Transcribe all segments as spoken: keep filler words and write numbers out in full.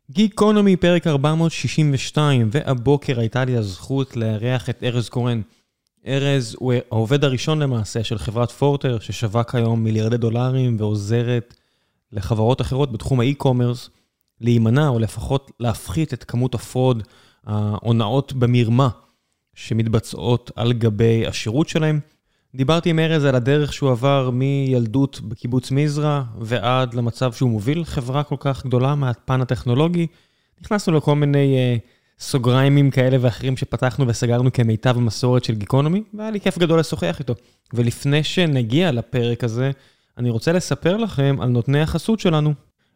גיקונומי פרק ארבע מאות שישים ושתיים, והבוקר הייתה לי הזכות לארח את ארז קורן. ארז הוא העובד הראשון למעשה של חברת פורטר, ששווה כיום מיליארדי דולרים ועוזרת לחברות אחרות בתחום האי-קומרס, להימנע או לפחות להפחית את כמות הפרוד, ההונאות במרמה שמתבצעות על גבי השירות שלהם. דיברתי עם ארז על הדרך שהוא עבר מילדות בקיבוץ מזרע ועד למצב שהוא מוביל חברה כל כך גדולה מהפן הטכנולוגי. נכנסנו לכל מיני uh, סוגריימים כאלה ואחרים שפתחנו וסגרנו כמיטב המסורת של גיקונומי, והיה לי כיף גדול לשוחח איתו. ולפני שנגיע לפרק הזה, אני רוצה לספר לכם על נותני החסות שלנו.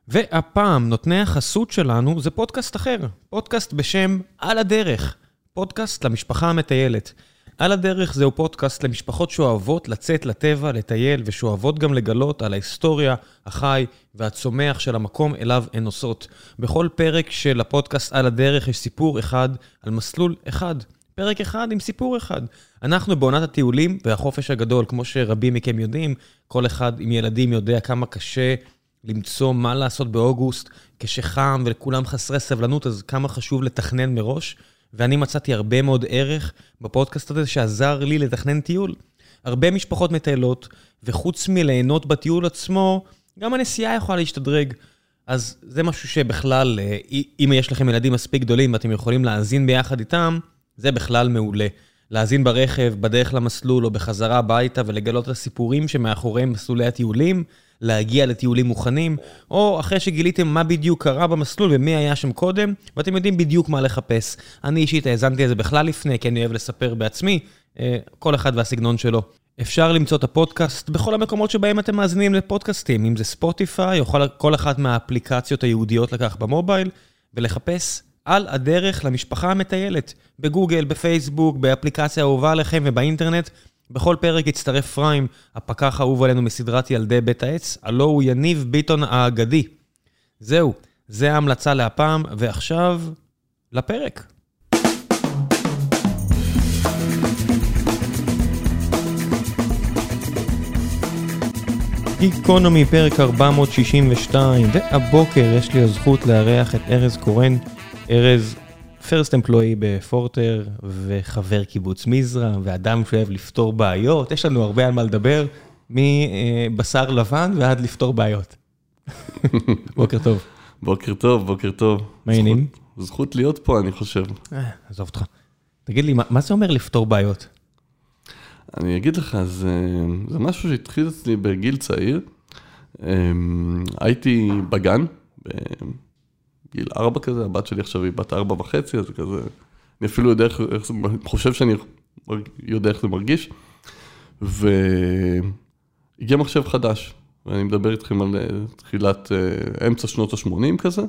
והפעם נותני החסות שלנו זה פודקאסט אחר, פודקאסט בשם על הדרך, פודקאסט למשפחה המטיילת. על הדרך זהו פודקאסט למשפחות שאוהבות לצאת לטבע, לטייל, ושאוהבות גם לגלות על ההיסטוריה, החי והצומח של המקום אליו הן נוסעות. בכל פרק של הפודקאסט על הדרך יש סיפור אחד על מסלול אחד. פרק אחד עם סיפור אחד. אנחנו בעונת הטיולים והחופש הגדול, כמו שרבים מכם יודעים, כל אחד עם ילדים יודע כמה קשה למצוא מה לעשות באוגוסט, כשחם ולכולם חסרי סבלנות, אז כמה חשוב לתכנן מראש. ואני מצאתי הרבה מאוד ערך בפודקאסט הזה שעזר לי לתכנן טיול. הרבה משפחות מטיילות, וחוץ מליהנות בטיול עצמו, גם הנסיעה יכולה להשתדרג. אז זה משהו שבכלל, אם יש לכם ילדים מספיק גדולים ואתם יכולים להאזין ביחד איתם, זה בכלל מעולה. להאזין ברכב, בדרך למסלול או בחזרה הביתה ולגלות את הסיפורים שמאחוריהם מסלולי הטיולים, להגיע לטיולים מוכנים, או אחרי שגיליתם מה בדיוק קרה במסלול ומי היה שם קודם, ואתם יודעים בדיוק מה לחפש. אני אישית האזנתי את זה בכלל לפני, כי אני אוהב לספר בעצמי, כל אחד והסגנון שלו. אפשר למצוא את הפודקאסט בכל המקומות שבהם אתם מאזינים לפודקאסטים, אם זה ספוטיפיי, או כל אחת מהאפליקציות היהודיות לכך במובייל, ולחפש על הדרך למשפחה המטיילת, בגוגל, בפייסבוק, באפליקציה האהובה עליכם ובאינטרנט. בכל פרק יצטרף פריים, הפקח האהוב עלינו מסדרת ילדי בית העץ, הלא הוא יניב ביטון האגדי. זהו, זה ההמלצה להפעם, ועכשיו לפרק. גיקונומי פרק ארבע מאות שישים ושתיים, והבוקר יש לי הזכות לארח את ארז קורן. ארז פרסט אמפלואי בפורטר, וחבר קיבוץ מזרע, ואדם שאוהב לפתור בעיות. יש לנו הרבה על מה לדבר, מבשר לבן ועד לפתור בעיות. בוקר טוב. בוקר טוב, בוקר טוב. מה העניינים? זכות להיות פה, אני חושב. עזוב אותך. תגיד לי, מה זה אומר לפתור בעיות? אני אגיד לך, זה משהו שהתחיל אצלי בגיל צעיר. הייתי בגן, גיל ארבע כזה, הבת שלי עכשיו היא בת ארבע וחצי, אז כזה, אני אפילו יודע איך, איך זה, חושב שאני יודע איך זה מרגיש, והגיע מחשב חדש, ואני מדבר איתכם על תחילת, אמצע שנות ה-שמונים כזה,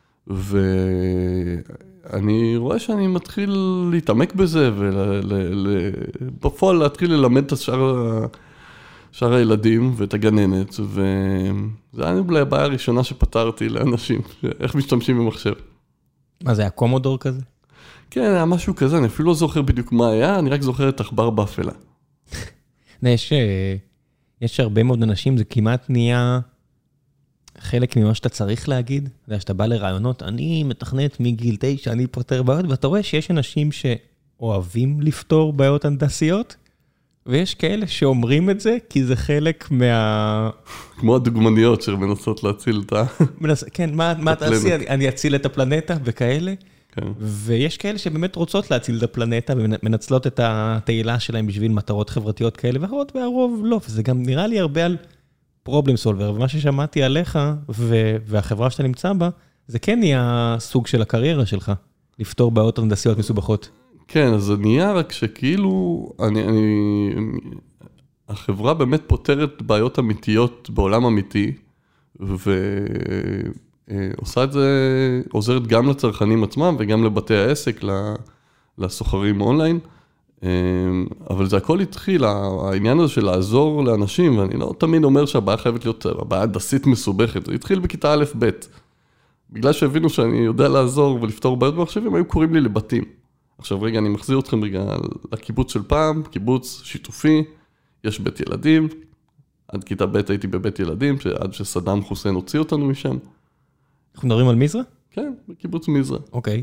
ואני רואה שאני מתחיל להתעמק בזה, ובפועל להתחיל ללמד את השאר, שאר הילדים ואת הגננת, וזה היה אולי הבעיה הראשונה שפתרתי לאנשים, איך משתמשים במחשב. מה זה, היה קומודור כזה? כן, היה משהו כזה, אני אפילו לא זוכר בדיוק מה היה, אני רק זוכר את עכבר באפלה. יש, יש הרבה מאוד אנשים, זה כמעט נהיה חלק ממה שאתה צריך להגיד, אתה יודע, שאתה בא לרעיונות, אני מתכנת מגיל תשע, אני פותר בעיות, ואתה רואה שיש אנשים שאוהבים לפתור בעיות הנדסיות, ויש כאלה שאומרים את זה, כי זה חלק מה... כמו הדוגמניות שמנסות להציל את ה... כן, מה תעשי? אני אציל את הפלנטה וכאלה. ויש כאלה שבאמת רוצות להציל את הפלנטה, ומנצלות את התהילה שלהם בשביל מטרות חברתיות כאלה, ואחרות, והרוב לא. וזה גם נראה לי הרבה על פרובלם סולבר, ומה ששמעתי עליך, והחברה שאתה נמצא בה, זה כן נהיה סוג של הקריירה שלך, לפתור בעיות הנדסיות מסובכות. כן, אז זה נהיה רק שכאילו, אני, אני, החברה באמת פותרת בעיות אמיתיות בעולם אמיתי, ועושה את זה, עוזרת גם לצרכנים עצמם, וגם לבתי העסק, לסוחרים אונליין, אבל זה הכל התחיל, העניין הזה של לעזור לאנשים, ואני לא תמיד אומר שהבעיה חייבת להיות, הבעיה דסית מסובכת, זה התחיל בכיתה א' ב', בגלל שהבינו שאני יודע לעזור ולפתור בעיות במחשבים, היו קוראים לי לבתים. עכשיו רגע, אני מחזיר אתכם רגע לקיבוץ של פעם, קיבוץ שיתופי, יש בית ילדים, עד כיתה ב' הייתי בבית ילדים, עד שסדאם חוסיין הוציא אותנו משם. אנחנו מדברים על מזרע? כן, בקיבוץ מזרע. אוקיי.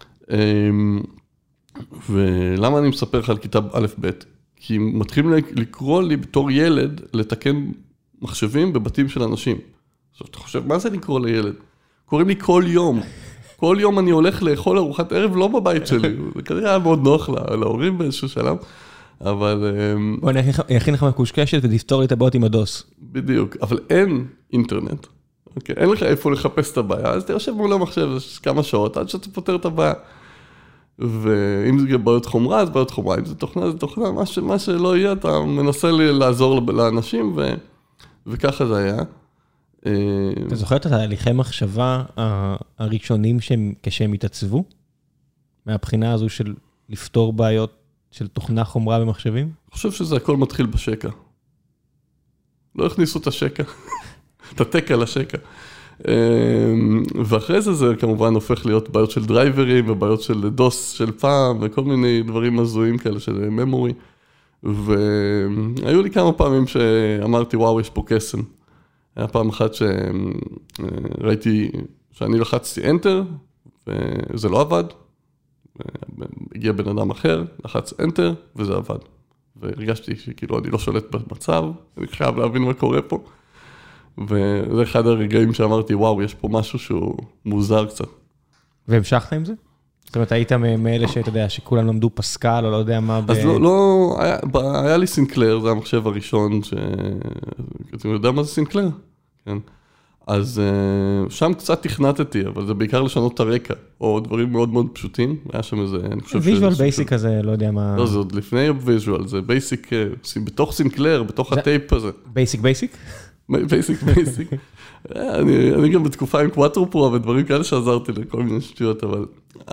ולמה אני מספר לך על כיתה א' ב'? כי מתחילים לקרוא לי בתור ילד לתקן מחשבים בבתים של אנשים. עכשיו, אתה חושב, מה זה לקרוא לילד? קוראים לי כל יום. כל יום אני הולך לאכול ארוחת ערב, לא בבית שלי. זה כנראה היה מאוד נוח להורים באיזשהו שלב, אבל... בוא, אני אכין לך מקושקשת ותפתור לי את הבעיות עם הדוס. בדיוק, אבל אין אינטרנט. אוקיי? אין לך איפה לחפש את הבעיה, אז אתה יושב מול המחשב כמה שעות עד שאתה פותר את הבעיה. ואם זה בעיות חומרה, אז בעיות חומרה, אם זה תוכנה, זה תוכנה, מה, ש, מה שלא יהיה, אתה מנסה לעזור לאנשים, ו, וככה זה היה. אתה זוכר את התהליכי מחשבה הראשונים שהם, כשהם התעצבו? מהבחינה הזו של לפתור בעיות של תוכנה חומרה במחשבים? אני חושב שזה הכל מתחיל בשקע. לא הכניסו את השקע, את התקע לשקע. ואחרי זה זה כמובן הופך להיות בעיות של דרייברים ובעיות של דוס של פעם וכל מיני דברים הזויים כאלה של ממורי. והיו לי כמה פעמים שאמרתי וואו יש פה קסם. היה פעם אחת שראיתי שאני לחצתי Enter וזה לא עבד. הגיע בן אדם אחר, לחץ Enter וזה עבד. והרגשתי שכאילו אני לא שולט במצב, אני חייב להבין מה קורה פה. וזה אחד הרגעים שאמרתי, וואו, יש פה משהו שהוא מוזר קצת. והמשכת עם זה? זאת אומרת, היית מאלה שאתה יודע, שכולם למדו פסקל, או לא יודע מה... אז לא, לא, היה, היה לי סינקלר, זה המחשב הראשון, ש... אתה יודע מה זה סינקלר? כן. אז שם קצת תכנתתי, אבל זה בעיקר לשנות את הרקע, או דברים מאוד מאוד פשוטים, היה שם איזה, אני חושב ש... ויז'ואל בייסיק כזה, לא יודע מה... לא, זה עוד לפני ויז'ואל, זה בייסיק, בתוך סינקלר, בתוך הטייפ הזה. בייסיק בייסיק? בייסיק בייסיק. אני, אני גם בתקופה עם קוואטרופרו ודברים כאלה שעזרתי לכל מיני שטויות, אבל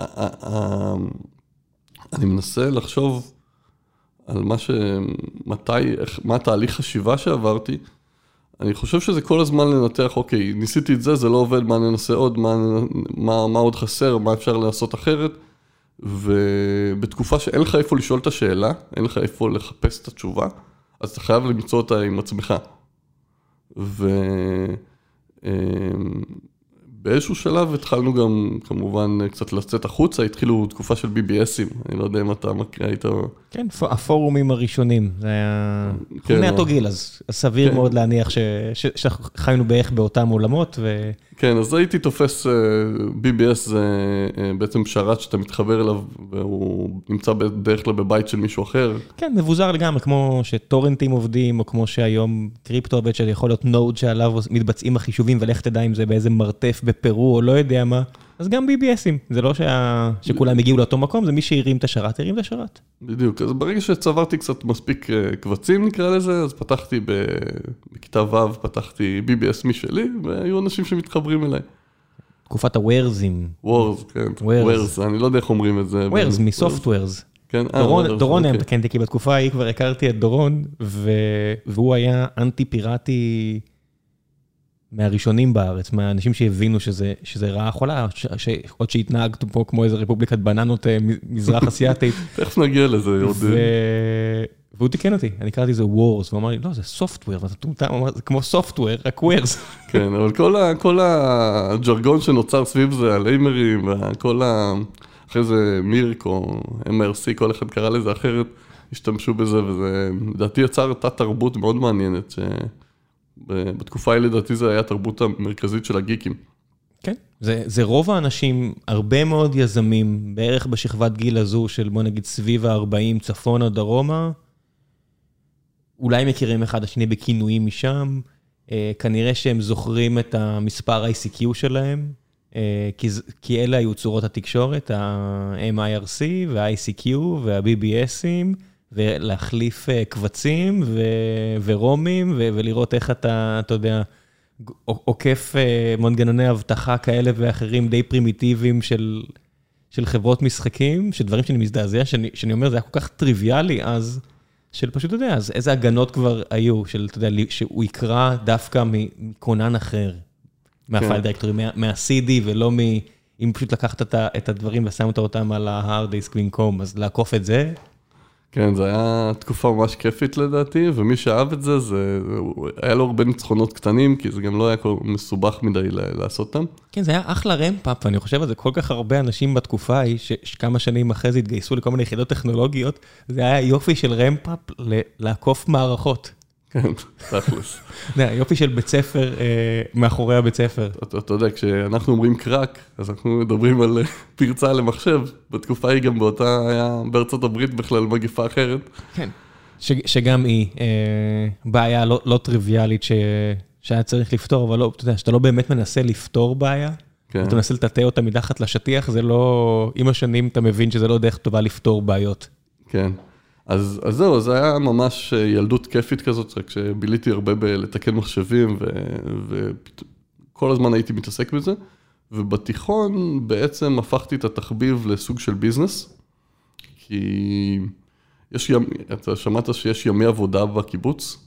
אני מנסה לחשוב על מה ש... מתי, מה התהליך חשיבה שעברתי. אני חושב שזה כל הזמן לנתח, אוקיי, ניסיתי את זה, זה לא עובד, מה ננסה עוד, מה, מה, מה עוד חסר, מה אפשר לעשות אחרת. ובתקופה שאין לך איפה לשאול את השאלה, אין לך איפה לחפש את התשובה, אז אתה חייב למצוא אותה עם עצמך. ובאיזשהו שלב התחלנו גם כמובן קצת לצאת החוצה, התחילו תקופה של בי בי אסים, אני לא יודע אם אתה מקריא איתו. כן, הפורומים הראשונים, זה היה לפני אותו גיל, אז סביר מאוד להניח שחיינו בערך באותם עולמות. כן, אז הייתי תופס, בי בי אס זה בעצם שרת שאתה מתחבר אליו, והוא נמצא בדרך כלל בבית של מישהו אחר. כן, מבוזר לגמרי, כמו שטורנטים עובדים, או כמו שהיום קריפטו עובד, שיכול להיות נוד שעליו מתבצעים החישובים, ולך תדע אם זה באיזה מרתף בפרו, או לא יודע מה. אז גם בי בי אסים, זה לא שכולם הגיעו לאותו מקום, זה מי שהרים את השרת, הרים את השרת. בדיוק, אז ברגע שצברתי קצת מספיק קבצים נקרא לזה, אז פתחתי בכיתה ו', פתחתי בי בי אס משלי, והיו אנשים שמתחברים אליי. תקופת הוורזים. וורז, כן. וורז, אני לא יודע איך אומרים את זה. וורז, מסופטוורז. כן, דורון היה מתקן, כי בתקופה ההיא כבר הכרתי את דורון, והוא היה אנטי פיראטי מהראשונים בארץ, מהאנשים שהבינו שזה, שזה רעה חולה, עוד שהתנהגת פה כמו איזה רפובליקת בננות מזרח אסיאטית. תכף נגיע לזה, עוד. והוא תיקן אותי, אני קראתי זה וורס, והוא אמר לי, לא, זה סופטוור, זה כמו סופטוור, רק וורס. כן, אבל כל הג'רגון שנוצר סביב זה, הליימרים, וכל ה... אחרי זה מירק או אם אר סי, כל אחד קרא לזה אחרת, השתמשו בזה, וזה, לדעתי יצר אותה תרבות מאוד מעניינת, שבתקופה ההיא לדעתי זה היה התרבות המרכזית של הגיקים. כן, זה, זה רוב האנשים, הרבה מאוד יזמים, בערך בשכבת גיל הזו של בוא נגיד סביב ה-ארבעים צפון או דרומה, אולי מכירים אחד השני בכינויים משם, אה, כנראה שהם זוכרים את המספר איי סי קיו שלהם, אה, כי, כי אלה היו צורות התקשורת, ה-אם איי אר סי וה-איי סי קיו וה-בי בי אסים, ולהחליף אה, קבצים ו- ורומים, ו- ולראות איך אתה, אתה יודע, עוקף אה, מנגנוני הבטחה כאלה ואחרים די פרימיטיביים של, של חברות משחקים, שדברים שאני מזדעזע, שאני, שאני אומר, זה היה כל כך טריוויאלי אז, של פשוט, אתה יודע, אז איזה הגנות כבר היו, של, אתה יודע, שהוא יקרא דווקא מקונן אחר, מהפייל דירקטורי, מה, מה-סי די, ולא מ... אם פשוט לקחת את, את הדברים ושמת אותם על ה-hard disk במקום, אז לעקוף את זה. כן, זו הייתה תקופה ממש כיפית לדעתי, ומי שאהב את זה, זה היה לו הרבה ניצחונות קטנים, כי זה גם לא היה כל מסובך מדי לעשות אותם. כן, זה היה אחלה רמפאפ, ואני חושב על זה, כל כך הרבה אנשים בתקופה ההיא, שכמה שנים אחרי זה התגייסו לכל מיני יחידות טכנולוגיות, זה היה יופי של רמפאפ לעקוף מערכות. כן, תכלס. זה יופי של בית ספר מאחורי הבית ספר. אתה יודע, כשאנחנו אומרים קרק, אז אנחנו מדברים על פרצה למחשב. בתקופה היא גם באותה, היה בארצות הברית בכלל מגיפה אחרת. כן, שגם היא בעיה לא טריוויאלית שהיה צריך לפתור, אבל אתה יודע, שאתה לא באמת מנסה לפתור בעיה, אתה מנסה לטאטא אותה מתחת לשטיח, זה לא, עם השנים אתה מבין שזה לא דרך טובה לפתור בעיות. כן. אז, אז זהו, זה היה ממש ילדות כיפית כזאת, רק שביליתי הרבה בלתקן מחשבים, וכל הזמן הייתי מתעסק בזה, ובתיכון בעצם הפכתי את התחביב לסוג של ביזנס, כי יש, אתה שמעת שיש ימי עבודה בקיבוץ?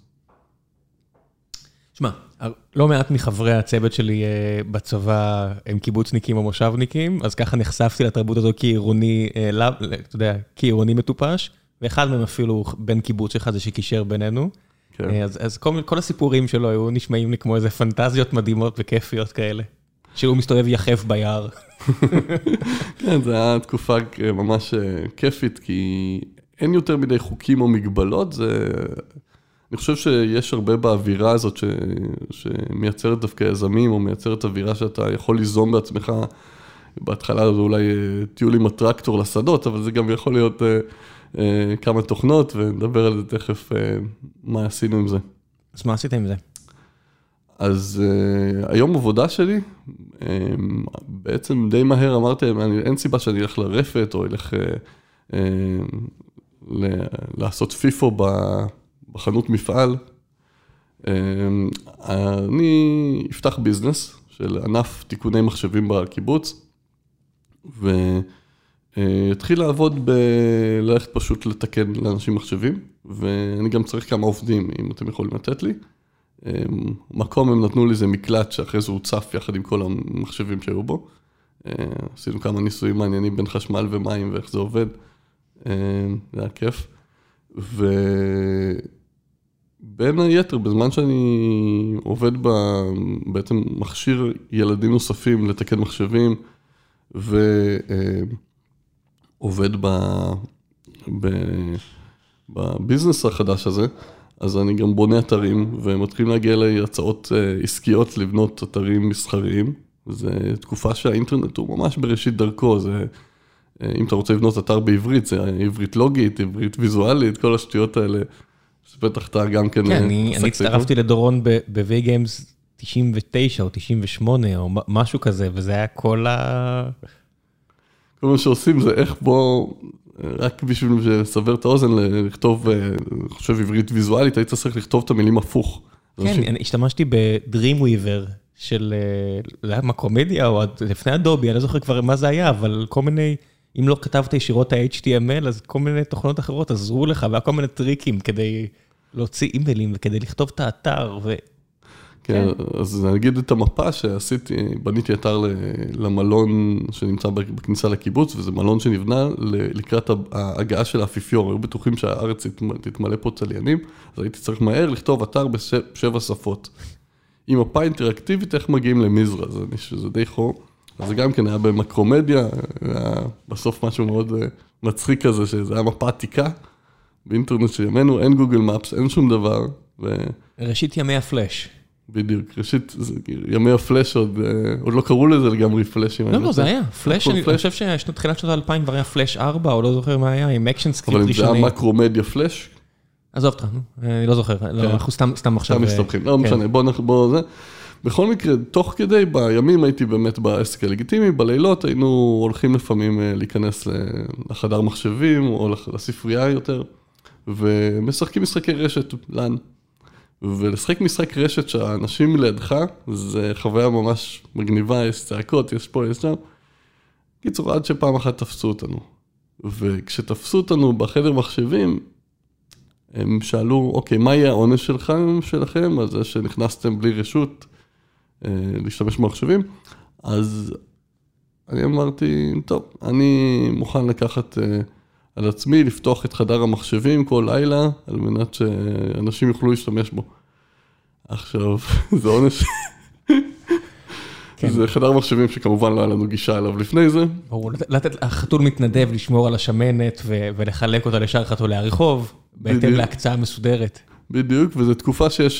שמע, לא מעט מחברי הצוות שלי בצבא הם קיבוצניקים או מושבניקים, אז ככה נחשפתי לתרבות הזו כעירוני, אתה יודע, כעירוני מטופש, ואחד מהם אפילו בין קיבוץ אחד זה שקישר בינינו. כן. אז, אז כל, כל הסיפורים שלו היו נשמעים לי כמו איזה פנטזיות מדהימות וכיפיות כאלה. שהוא מסתובב יחף ביער. כן, זו הייתה תקופה ממש כיפית, כי אין יותר מדי חוקים או מגבלות. זה... אני חושב שיש הרבה באווירה הזאת ש... שמייצרת דווקא יזמים, או מייצרת אווירה שאתה יכול ליזום בעצמך. בהתחלה זה אולי טיול עם הטרקטור לשדות, אבל זה גם יכול להיות... כמה תוכנות, ונדבר על זה תכף מה עשינו עם זה. אז מה עשית עם זה? אז היום עבודה שלי, בעצם די מהר אמרתי, אין סיבה שאני אלך לרפת, או אלך לעשות פיפו בחנות מפעל. אני אפתח ביזנס של ענף תיקוני מחשבים בקיבוץ, ו... התחיל לעבוד בללכת פשוט לתקן לאנשים מחשבים, ואני גם צריך כמה עובדים, אם אתם יכולים לתת לי. מקום הם נתנו לי זה מקלט, שאחרי זה הוא צף יחד עם כל המחשבים שהיו בו. עשינו כמה ניסויים מעניינים בין חשמל ומים ואיך זה עובד. זה היה כיף. ובין היתר, בזמן שאני עובד בעצם מכשיר ילדים נוספים לתקן מחשבים, ו... עובד בביזנס החדש הזה, אז אני גם בונה אתרים, ומתחילים להגיע אליי הצעות עסקיות לבנות אתרים מסחריים. זו תקופה שהאינטרנט הוא ממש בראשית דרכו, זה, אם אתה רוצה לבנות אתר בעברית, זה עברית לוגית, עברית ויזואלית, כל השטויות האלה, שבטח אתה גם כן... כן, אני הצטרפתי לדורון ב-וי גיימס תשעים ותשע או תשעים ושמונה או משהו כזה, וזה היה כל ה... כל מה שעושים זה איך בו, רק בשביל לסבר את האוזן, לכתוב, אני חושב, עברית ויזואלית, היית צריך לכתוב את המילים הפוך. כן, אני השתמשתי בדרימוויבר של, זה היה מקרומדיה, או לפני אדובי, אני לא זוכר כבר מה זה היה, אבל כל מיני, אם לא כתבת ישירות ה-אייץ' טי אם אל, אז כל מיני תוכנות אחרות עזרו לך, והיה כל מיני טריקים כדי להוציא אימיילים, וכדי לכתוב את האתר, ו... כן, אז אני אגיד את המפה שעשיתי, בניתי אתר למלון שנמצא בכניסה לקיבוץ, וזה מלון שנבנה לקראת ההגעה של האפיפיור, היו בטוחים שהארץ תתמלא פה צליינים, אז הייתי צריך מהר לכתוב אתר בשבע שפות. עם מפה אינטראקטיבית, איך מגיעים למזרע, זה די חור, אז זה גם כן היה במקרומדיה, היה בסוף משהו מאוד מצחיק כזה, שזה היה מפה עתיקה, באינטרנט שימינו, אין גוגל מפס, אין שום דבר. ראשית ימי הפלאש. בדיוק, ראשית, ימי הפלאש עוד, עוד לא קראו לזה לגמרי פלאשים. לא, לא, זה היה, פלאש, אני חושב שתחילת שנות האלפיים כבר היה פלאש ארבע, או לא זוכר מה היה, עם אקשן סקריפט ראשוני. אבל אם זה היה מקרומדיה פלאש? עזוב אותך, אני לא זוכר, אנחנו סתם עכשיו... סתם מסתבכים, לא משנה, בואו זה. בכל מקרה, תוך כדי, בימים הייתי באמת בעסק הלגיטימי, בלילות היינו הולכים לפעמים להיכנס לחדר מחשבים, או לספרייה יותר, ומשחקים משחקי רשת, לאן? ולשחק משחק רשת שהאנשים לידך, זה חוויה ממש מגניבה, יש צעקות, יש פה, יש שם. קיצור, עד שפעם אחת תפסו אותנו. וכשתפסו אותנו בחדר מחשבים, הם שאלו, אוקיי, מה יהיה העונש שלך, שלכם, על זה שנכנסתם בלי רשות להשתמש במחשבים? אז אני אמרתי, טוב, אני מוכן לקחת על עצמי לפתוח את חדר המחשבים כל לילה, על מנת שאנשים יוכלו להשתמש בו. עכשיו, זה עונש. כן. זה חדר מחשבים שכמובן לא היה לנו גישה אליו לפני זה. ברור, לתת החתול מתנדב לשמור על השמנת ולחלק אותה לשאר חתולי הרחוב, בהתאם להקצאה מסודרת. בדיוק, וזו תקופה שיש,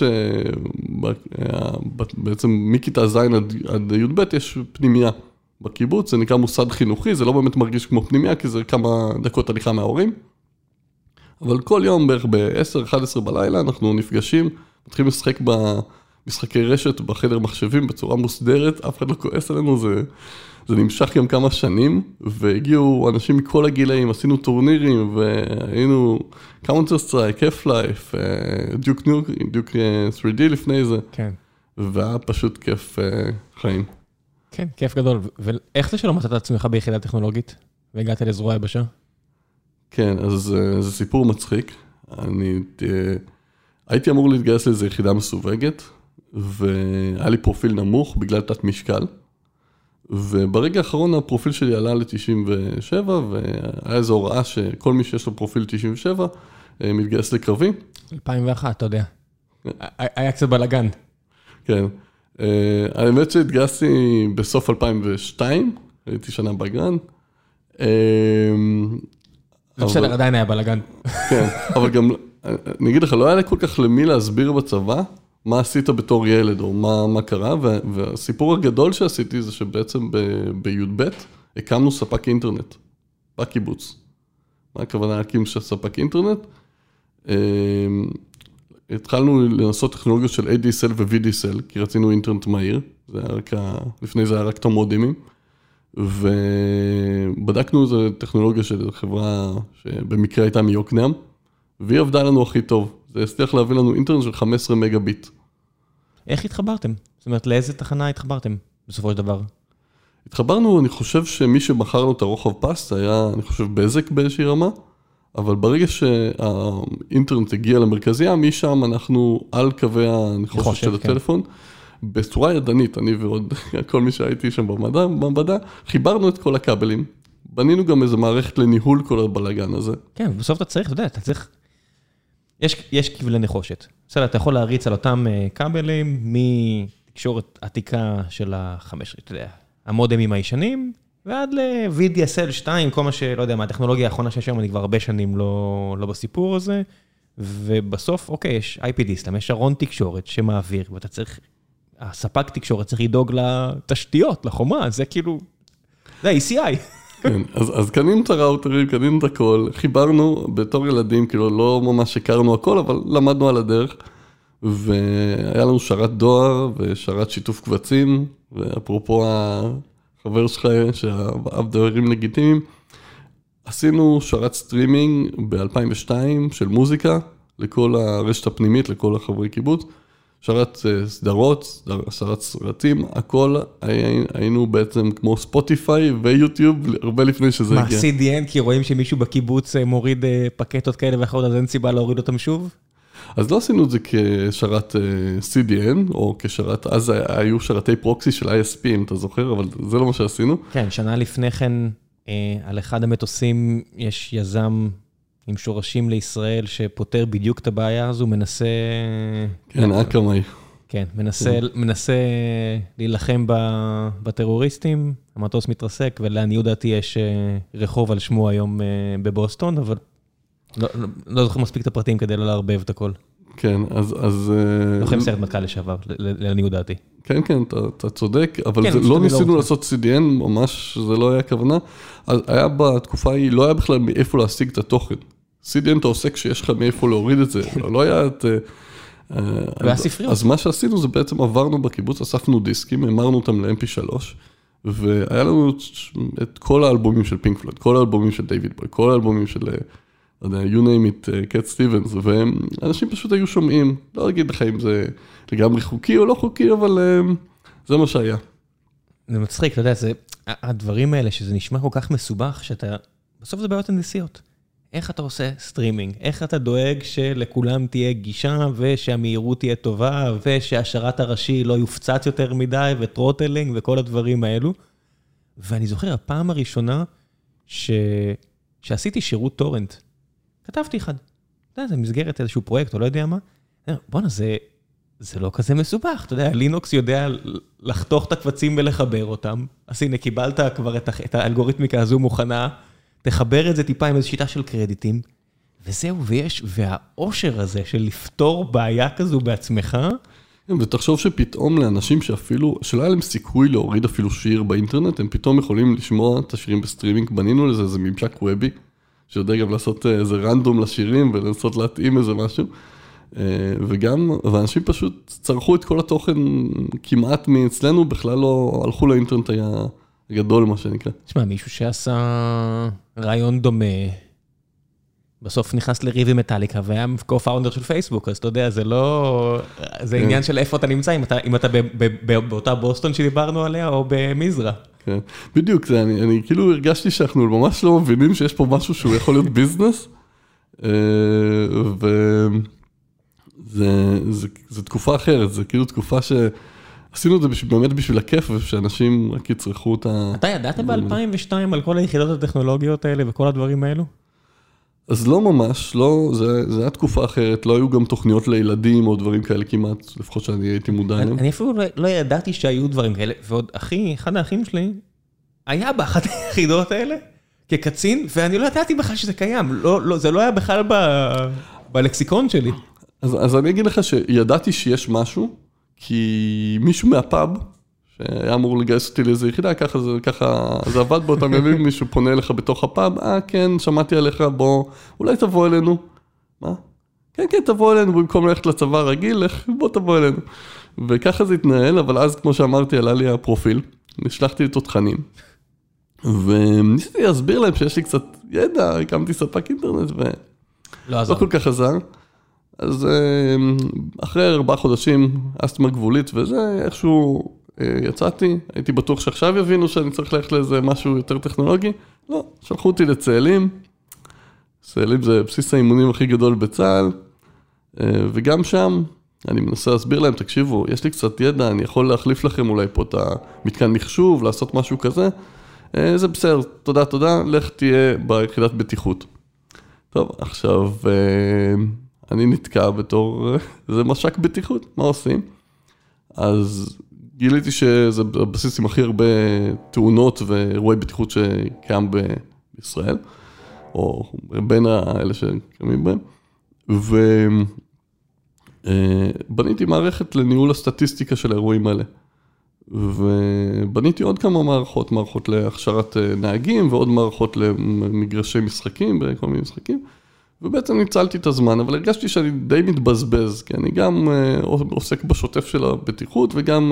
בעצם מכיתה ז' עד י"ב יש פנימייה בקיבוץ, זה נקרא מוסד חינוכי, זה לא באמת מרגיש כמו פנימייה, כי זה כמה דקות הליכה מההורים. אבל כל יום בערך ב-עשר אחת עשרה בלילה אנחנו נפגשים, מתחילים לשחק במשחקי רשת בחדר מחשבים בצורה מוסדרת, אף אחד לא כועס עלינו, זה, זה נמשך גם כמה שנים, והגיעו אנשים מכל הגילאים, עשינו טורנירים, והיינו קאונטר סטרייק, Half-Life, דיוק ניוק, דיוק תרי די לפני זה, כן. והיה פשוט כיף חיים. כן, כיף גדול. ואיך זה שלא מצאת את עצמך ביחידה טכנולוגית, והגעת לזרוע היבשה? כן, אז זה סיפור מצחיק. אני הייתי אמור להתגייס לאיזו יחידה מסווגת, והיה לי פרופיל נמוך בגלל תת משקל, וברגע האחרון הפרופיל שלי עלה ל-תשעים ושבע, והיה איזו הוראה שכל מי שיש לו פרופיל תשעים ושבע, מתגייס לקרבי. אלפיים ואחת, אתה יודע. היה קצת בלגן. כן. האמת שהתגייסתי בסוף אלפיים ושתיים, הייתי שנה בגן. זה בסדר, עדיין היה בלגן. כן, אבל גם, אני אגיד לך, לא היה לי כל כך למי להסביר בצבא, מה עשית בתור ילד, או מה, מה קרה, והסיפור הגדול שעשיתי זה שבעצם ב-י"ב הקמנו ספק אינטרנט, בקיבוץ. מה הכוונה להקים ספק אינטרנט? התחלנו לנסות טכנולוגיות של איי די אס אל ו-וי די אס אל, כי רצינו אינטרנט מהיר, זה היה רק, לפני זה היה רק את המודימים, ובדקנו איזו טכנולוגיה של חברה שבמקרה הייתה מיוקנעם, והיא עבדה לנו הכי טוב. זה הצליח להביא לנו אינטרנט של חמישה עשר מגה ביט. איך התחברתם? זאת אומרת, לאיזה תחנה התחברתם בסופו של דבר? התחברנו, אני חושב שמי שבחר לו את הרוחב פס, היה, אני חושב, בזק באיזושהי רמה, אבל ברגע שהאינטרנט הגיע למרכזיה, משם אנחנו על קווי הנחושת של הטלפון, בצורה ידנית, אני ועוד כל מי שהייתי שם במדע, במדע, חיברנו את כל הכבלים, בנינו גם איזו מערכת לניהול כל הבלגן הזה. כן, בסוף אתה צריך, אתה יודע, אתה צריך, יש, יש כבלי נחושת. בסדר, אתה יכול להריץ על אותם כבלים, מתקשורת עתיקה של החמש, אתה יודע, המודמים הישנים, ועד ל-וי די אס אל שתיים, כל מה שלא יודע, מהטכנולוגיה האחרונה שיש היום, אני כבר הרבה שנים לא, לא בסיפור הזה, ובסוף, אוקיי, יש איי פי דיסלם, יש ארון תקשורת שמעביר, ואתה צריך, הספק תקשורת צריך לדאוג לתשתיות, לחומה, זה כאילו, זה אי סי איי. כן, אז, אז קנינו את הראוטרים, קנינו את הכל, חיברנו בתור ילדים, כאילו לא ממש הכרנו הכל, אבל למדנו על הדרך, והיה לנו שרת דואר ושרת שיתוף קבצים, ואפרופו החבר שלך שהאב דברים לגיטימיים, עשינו שרת סטרימינג ב-אלפיים ושתיים של מוזיקה, לכל הרשת הפנימית, לכל החברי קיבוץ, שרת סדרות, שרת סרטים, הכל היינו בעצם כמו ספוטיפיי ויוטיוב, הרבה לפני שזה הגיע. מה, סי די אן? כי רואים שמישהו בקיבוץ מוריד פקטות כאלה ואחרות, אז אין סיבה להוריד אותם שוב? אז לא עשינו את זה כשרת סי די אן, או כשרת, אז היו שרתי פרוקסי של איי אס פי, אם אתה זוכר, אבל זה לא מה שעשינו. כן, שנה לפני כן, על אחד המטוסים יש יזם עם שורשים לישראל שפותר בדיוק את הבעיה הזו, מנסה... כן, אקרמי. כן, מנסה, מנסה להילחם בטרוריסטים, המטוס מתרסק, ולעניות דעתי יש רחוב על שמו היום בבוסטון, אבל לא, לא, לא זוכר מספיק את הפרטים כדי לא להרבב את הכל. כן, אז... אז לוחם סיירת מטכ"ל לשעבר, לעניות דעתי. כן, כן, אתה, אתה צודק, אבל כן, זה לא ניסינו לא לעשות סי די אן, ממש זה לא היה הכוונה. אז היה בתקופה ההיא, לא היה בכלל מאיפה להשיג את התוכן. סי די אן אתה עושה כשיש לך מאיפה להוריד את זה, לא היה את... היה ספריות. אז מה שעשינו זה בעצם עברנו בקיבוץ, אספנו דיסקים, אמרנו אותם ל-אם פי שלוש, והיה לנו את כל האלבומים של פינק פלויד, כל האלבומים של דיוויד בוי, כל האלבומים של, you name it, קט סטיבנס, ואנשים פשוט היו שומעים, לא אגיד לך אם זה לגמרי חוקי או לא חוקי, אבל זה מה שהיה. זה מצחיק, אתה יודע, זה, הדברים האלה שזה נשמע כל כך מסובך, שאתה, בסוף זה בעיות הנדסיות. איך אתה עושה סטרימינג? איך אתה דואג שלכולם תהיה גישה, ושהמהירות תהיה טובה, ושהשרת הראשי לא יופצץ יותר מדי, וטרוטלינג וכל הדברים האלו. ואני זוכר, הפעם הראשונה ש... שעשיתי שירות טורנט. כתבתי אחד. אתה יודע, זה מסגרת איזשהו פרויקט, או לא יודע מה. בוא'נה, זה, זה לא כזה מסובך. אתה יודע, לינוקס יודע לחתוך את הקבצים ולחבר אותם. אז הנה, קיבלת כבר את, את האלגוריתמיקה הזו מוכנה, תחבר את זה טיפה עם איזו שיטה של קרדיטים, וזהו, ויש, והאושר הזה של לפתור בעיה כזו בעצמך, ותחשוב שפתאום לאנשים שאפילו, שלא היה להם סיכוי להוריד אפילו שיר באינטרנט, הם פתאום יכולים לשמוע את השירים בסטרימינג, בנינו לזה איזה ממשק וובי, שיודע גם לעשות איזה רנדום לשירים, ולנסות להתאים איזה משהו, וגם, ואנשים פשוט צרכו את כל התוכן כמעט מאצלנו, בכלל לא הלכו לאינטרנט היה גדול, מה שנקרא. תשמע, מישהו שעשה רעיון דומה, בסוף נכנס לריבי מטליקה, והיה קו-פאונדר של פייסבוק, אז אתה יודע, זה לא... זה עניין של איפה אתה נמצא, אם אתה באותה בוסטון שדיברנו עליה, או במזרע. כן, בדיוק, אני כאילו הרגשתי שאנחנו ממש לא מבינים שיש פה משהו שהוא יכול להיות ביזנס, וזו תקופה אחרת, זה כאילו תקופה שעשינו את זה באמת בשביל הכיף, ושאנשים רק יצרכו אותה... אתה ידעת ב-אלפיים ושתיים על כל היחידות הטכנולוגיות האלה, וכל הדברים האלו? אז לא ממש, לא, זה, זה היה תקופה אחרת, לא היו גם תוכניות לילדים או דברים כאלה כמעט, לפחות שאני הייתי מודע עליהם. אני אפילו לא, לא ידעתי שהיו דברים כאלה, ועוד אחי, אחד האחים שלי, היה באחת היחידות האלה, כקצין, ואני לא ידעתי בכלל שזה קיים, לא, לא, זה לא היה בכלל ב, בלקסיקון שלי. אז, אז אני אגיד לך שידעתי שיש משהו, כי מישהו מהפאב, שהיה אמור לגייס אותי לאיזו יחידה, ככה זה, ככה, זה עבד באותם ימים, מישהו פונה אליך בתוך הפאב, אה, כן, שמעתי עליך, בוא, אולי תבוא אלינו. מה? כן, כן, תבוא אלינו, במקום ללכת לצבא רגיל, בוא תבוא אלינו. וככה זה התנהל, אבל אז, כמו שאמרתי, עלה לי הפרופיל, נשלחתי איתו תכנים, וניסיתי להסביר להם שיש לי קצת ידע, הקמתי ספק אינטרנט, ולא לא כל כך עזר. אז אחרי ארבעה חודשים, אסתמה גבולית, וזה איכשהו יצאתי, הייתי בטוח שעכשיו יבינו שאני צריך ללכת לאיזה משהו יותר טכנולוגי, לא, שלחו אותי לצאלים, צאלים זה בסיס האימונים הכי גדול בצה"ל, וגם שם אני מנסה להסביר להם, תקשיבו, יש לי קצת ידע, אני יכול להחליף לכם אולי פה את המתקן מחשוב, לעשות משהו כזה, זה בסדר, תודה, תודה, לך תהיה ביחידת בטיחות. טוב, עכשיו, אני נתקע בתור, זה משק בטיחות, מה עושים? אז גיליתי שזה הבסיס עם הכי הרבה תאונות ואירועי בטיחות שקיים בישראל, או בין האלה שקיימים בהם, ובניתי מערכת לניהול הסטטיסטיקה של האירועים האלה. ובניתי עוד כמה מערכות, מערכות להכשרת נהגים, ועוד מערכות למגרשי משחקים, בכל מיני משחקים, ובעצם ניצלתי את הזמן, אבל הרגשתי שאני די מתבזבז, כי אני גם עוסק בשוטף של הבטיחות, וגם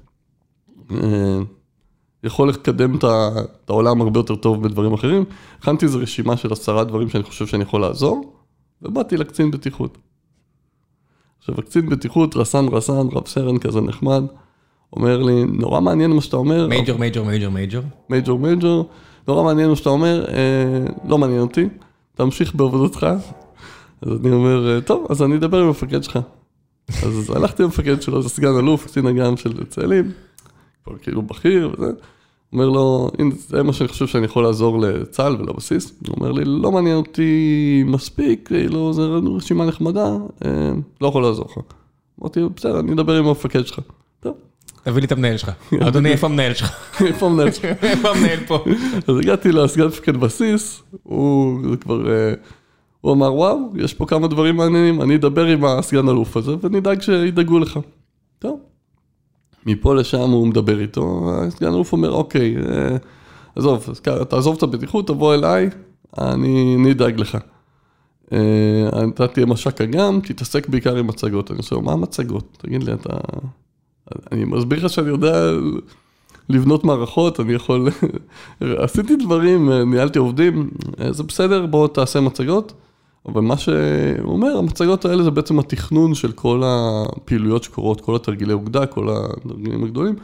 יכול לקדם את העולם הרבה יותר טוב בדברים אחרים. הכנתי איזו רשימה של עשרה דברים שאני חושב שאני יכול לעזור, ובאתי לקצין בטיחות. עכשיו, הקצין בטיחות, רסן רסן, רב סרן כזה נחמד, אומר לי, נורא מעניין מה שאתה אומר. מייג'ור, מייג'ור, מייג'ור, מייג'ור. מייג'ור, מייג'ור. נורא מעניין מה שאתה אומר, לא מעניין אותי. תמשיך בעבודתך. אז אני אומר, טוב, אז אני אדבר עם המפקד שלך. אז הלכתי למפקד שלו, זה סגן אלוף, קצין אג"ם של צאלים, כבר כאילו בכיר וזה. אומר לו, הנה, זה מה שאני חושב שאני יכול לעזור לצה"ל ולבסיס. הוא אומר לי, לא מעניין אותי מספיק, כאילו, זה רשימה נחמדה, לא יכול לעזור לך. אמרתי, בסדר, אני אדבר עם המפקד שלך. טוב. תביא לי את המנהל שלך. אדוני, איפה המנהל שלך? איפה המנהל שלך? איפה המנהל פה? אז הגעתי לסגן מפקד בסיס, הוא כבר, הוא אמר, וואו, יש פה כמה דברים מעניינים, אני אדבר עם הסגן אלוף הזה, ונדאג שידאגו לך. טוב. מפה לשם הוא מדבר איתו, הסגן אלוף אומר, אוקיי, עזוב, תעזוב את הבטיחות, תבוא אליי, אני נדאג לך. אתה תהיה משק אג"ם, תתעסק בעיקר עם מצגות. אני חושב, מה המצגות? תגיד לי, אתה... אני מסביר לך שאני יודע לבנות מערכות, אני יכול... עשיתי דברים, ניהלתי עובדים, זה בסדר, בוא תעשה מצגות, אבל מה שהוא אומר, המצגות האלה זה בעצם התכנון של כל הפעילויות שקורות, כל התרגילי אוגדה, כל התרגילים הגדולים,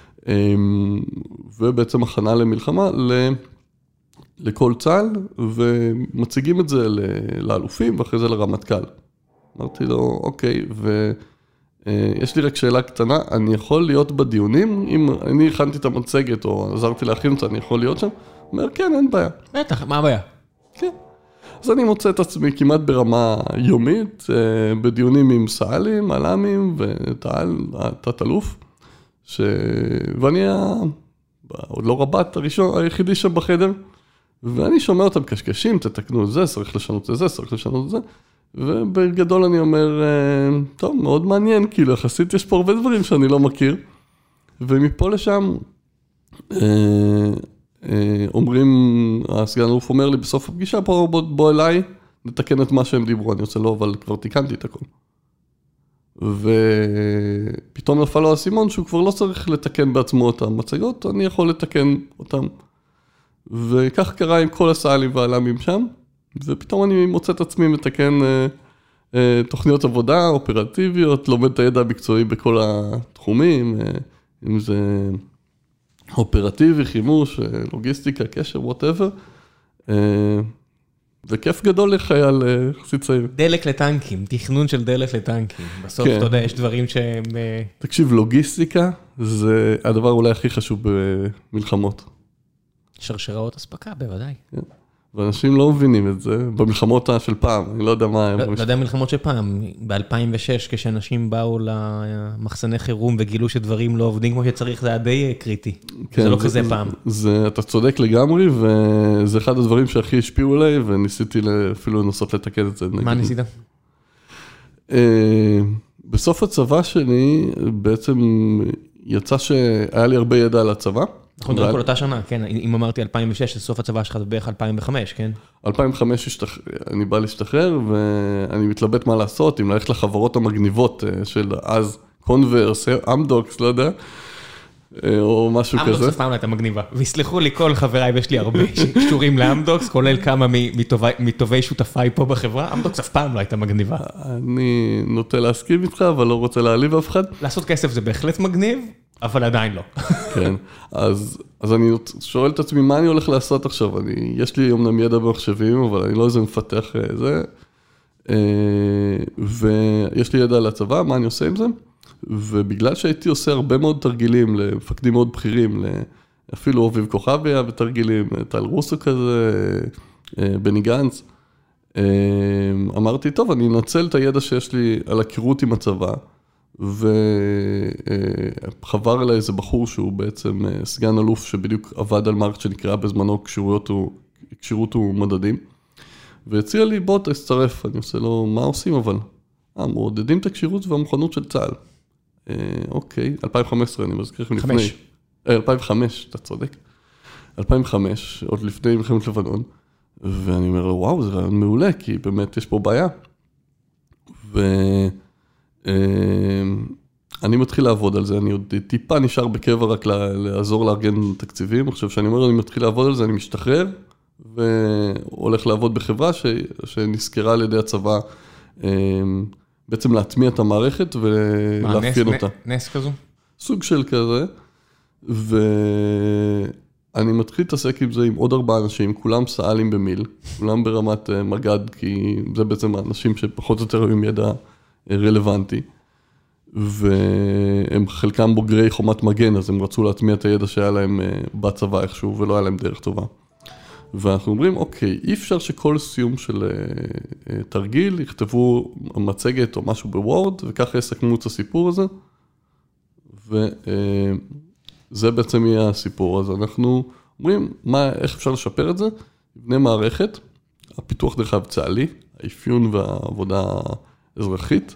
ובעצם הכנה למלחמה לכל צה"ל, ומציגים את זה לאלופים, ואחרי זה לרמטכ"ל. אמרתי לו, אוקיי, ו... יש לי רק שאלה קטנה, אני יכול להיות בדיונים, אם אני הכנתי את המצגת או עזרתי להכין אותה, אני יכול להיות שם? הוא אומר, כן, אין בעיה. בטח, מה הבעיה? כן, אז אני מוצא את עצמי כמעט ברמה יומית, בדיונים עם סאלים, אלאמים ותת אלוף, ש... ואני עוד לא רבת הראשון, היחידי שם בחדר, ואני שומע אותם קשקשים, תתקנו את זה, צריך לשנות את זה, צריך לשנות את זה, ובגדול אני אומר, טוב, מאוד מעניין, כאילו יחסית יש פה הרבה דברים שאני לא מכיר, ומפה לשם, אומרים, הסגן אלוף אומר לי בסוף הפגישה, בוא, בוא, בוא אליי, נתקן את מה שהם דיברו, אני רוצה לא, אבל כבר תיקנתי את הכל. ופתאום נפל לו הסימון שהוא כבר לא צריך לתקן בעצמו את המצגות, אני יכול לתקן אותם. וכך קרה עם כל הסאלים והעלמים שם, ופתאום אני מוצא את עצמי מתקן אה, אה, תוכניות עבודה אופרטיביות, לומד את הידע המקצועי בכל התחומים, אה, אם זה אופרטיבי, חימוש, אה, לוגיסטיקה, קשר, whatever. אה, וכיף גדול לחייל יחסית צעיר. דלק לטנקים, תכנון של דלק לטנקים. בסוף, אתה יודע, יש דברים שהם... תקשיב, לוגיסטיקה זה הדבר אולי הכי חשוב במלחמות. שרשראות אספקה, בוודאי. ואנשים לא מבינים את זה, במלחמות של פעם, אני לא יודע מה... לא יודע מלחמות של פעם, ב-אלפיים ושש, כשאנשים באו למחסני חירום וגילו שדברים לא עובדים כמו שצריך, זה היה די קריטי. זה לא כזה פעם. אתה צודק לגמרי, וזה אחד הדברים שהכי השפיעו עליי, וניסיתי אפילו לנסות לתקן את זה. מה ניסית? בסוף הצבא שלי, בעצם יצא שהיה לי הרבה ידע על הצבא, אנחנו מדברים כל אותה שנה, כן, אם אמרתי אלפיים ושש, זה סוף הצבא שלך בערך אלפיים וחמש, כן? אלפיים וחמש אני בא להשתחרר, ואני מתלבט מה לעשות, אם ללכת לחברות המגניבות של אז, קונברס, אמדוקס, לא יודע, או משהו כזה. אמדוקס אף פעם לא הייתה מגניבה, ויסלחו לי כל חבריי, ויש לי הרבה שקשורים לאמדוקס, כולל כמה מטובי שותפיי פה בחברה, אמדוקס אף פעם לא הייתה מגניבה. אני נוטה להסכים איתך, אבל לא רוצה להעליב אף אחד. לעשות כסף זה בהחלט מגניב, אבל עדיין לא. כן, אז, אז אני שואל את עצמי, מה אני הולך לעשות עכשיו? אני, יש לי אומנם ידע במחשבים, אבל אני לא איזה מפתח זה, ויש לי ידע על הצבא, מה אני עושה עם זה? ובגלל שהייתי עושה הרבה מאוד תרגילים למפקדים מאוד בכירים, אפילו אביב כוכביה בתרגילים, טל רוסו כזה, בני גנץ, אמרתי, טוב, אני אנצל את הידע שיש לי על הכירות עם הצבא, וחבר אליי איזה בחור שהוא בעצם סגן אלוף שבדיוק עבד על מערכת שנקרא בזמנו כשירות ומדדים, והציע לי, בוא תצטרף, אני עושה לו, מה עושים אבל? אה, מועדדים את הכשירות והמוכנות של צה"ל. אוקיי, אלפיים וחמש עשרה, אני מזכיר לכם לפני. חמש. אלפיים וחמש, אתה צודק. אלפיים וחמש, עוד לפני מלחמת לבנון, ואני אומר לו, וואו, זה רעיון מעולה, כי באמת יש פה בעיה. ו... אני מתחיל לעבוד על זה, אני עוד טיפה נשאר בקבע רק לעזור לארגן תקציבים, אני חושב שאני אומר, אני מתחיל לעבוד על זה, אני משתחרר, והולך לעבוד בחברה שנזכרה על ידי הצבא, בעצם להטמיע את המערכת ולהפעיל אותה. נס כזו? סוג של כזה, ואני מתחיל להתעסק עם זה עם עוד ארבעה אנשים, כולם סאלים במיל, כולם ברמת מגד, כי זה בעצם האנשים שפחות או יותר היו עם ידע רלוונטי, והם חלקם בוגרי חומת מגן, אז הם רצו להטמיע את הידע שהיה להם בצבא איכשהו, ולא היה להם דרך טובה. ואנחנו אומרים, אוקיי, אי אפשר שכל סיום של תרגיל יכתבו מצגת או משהו בוורד, וככה יסכמו את הסיפור הזה, וזה בעצם יהיה הסיפור. אז אנחנו אומרים, מה, איך אפשר לשפר את זה? בני מערכת, הפיתוח דרך אגב צה"לי, האפיון והעבודה אזרחית,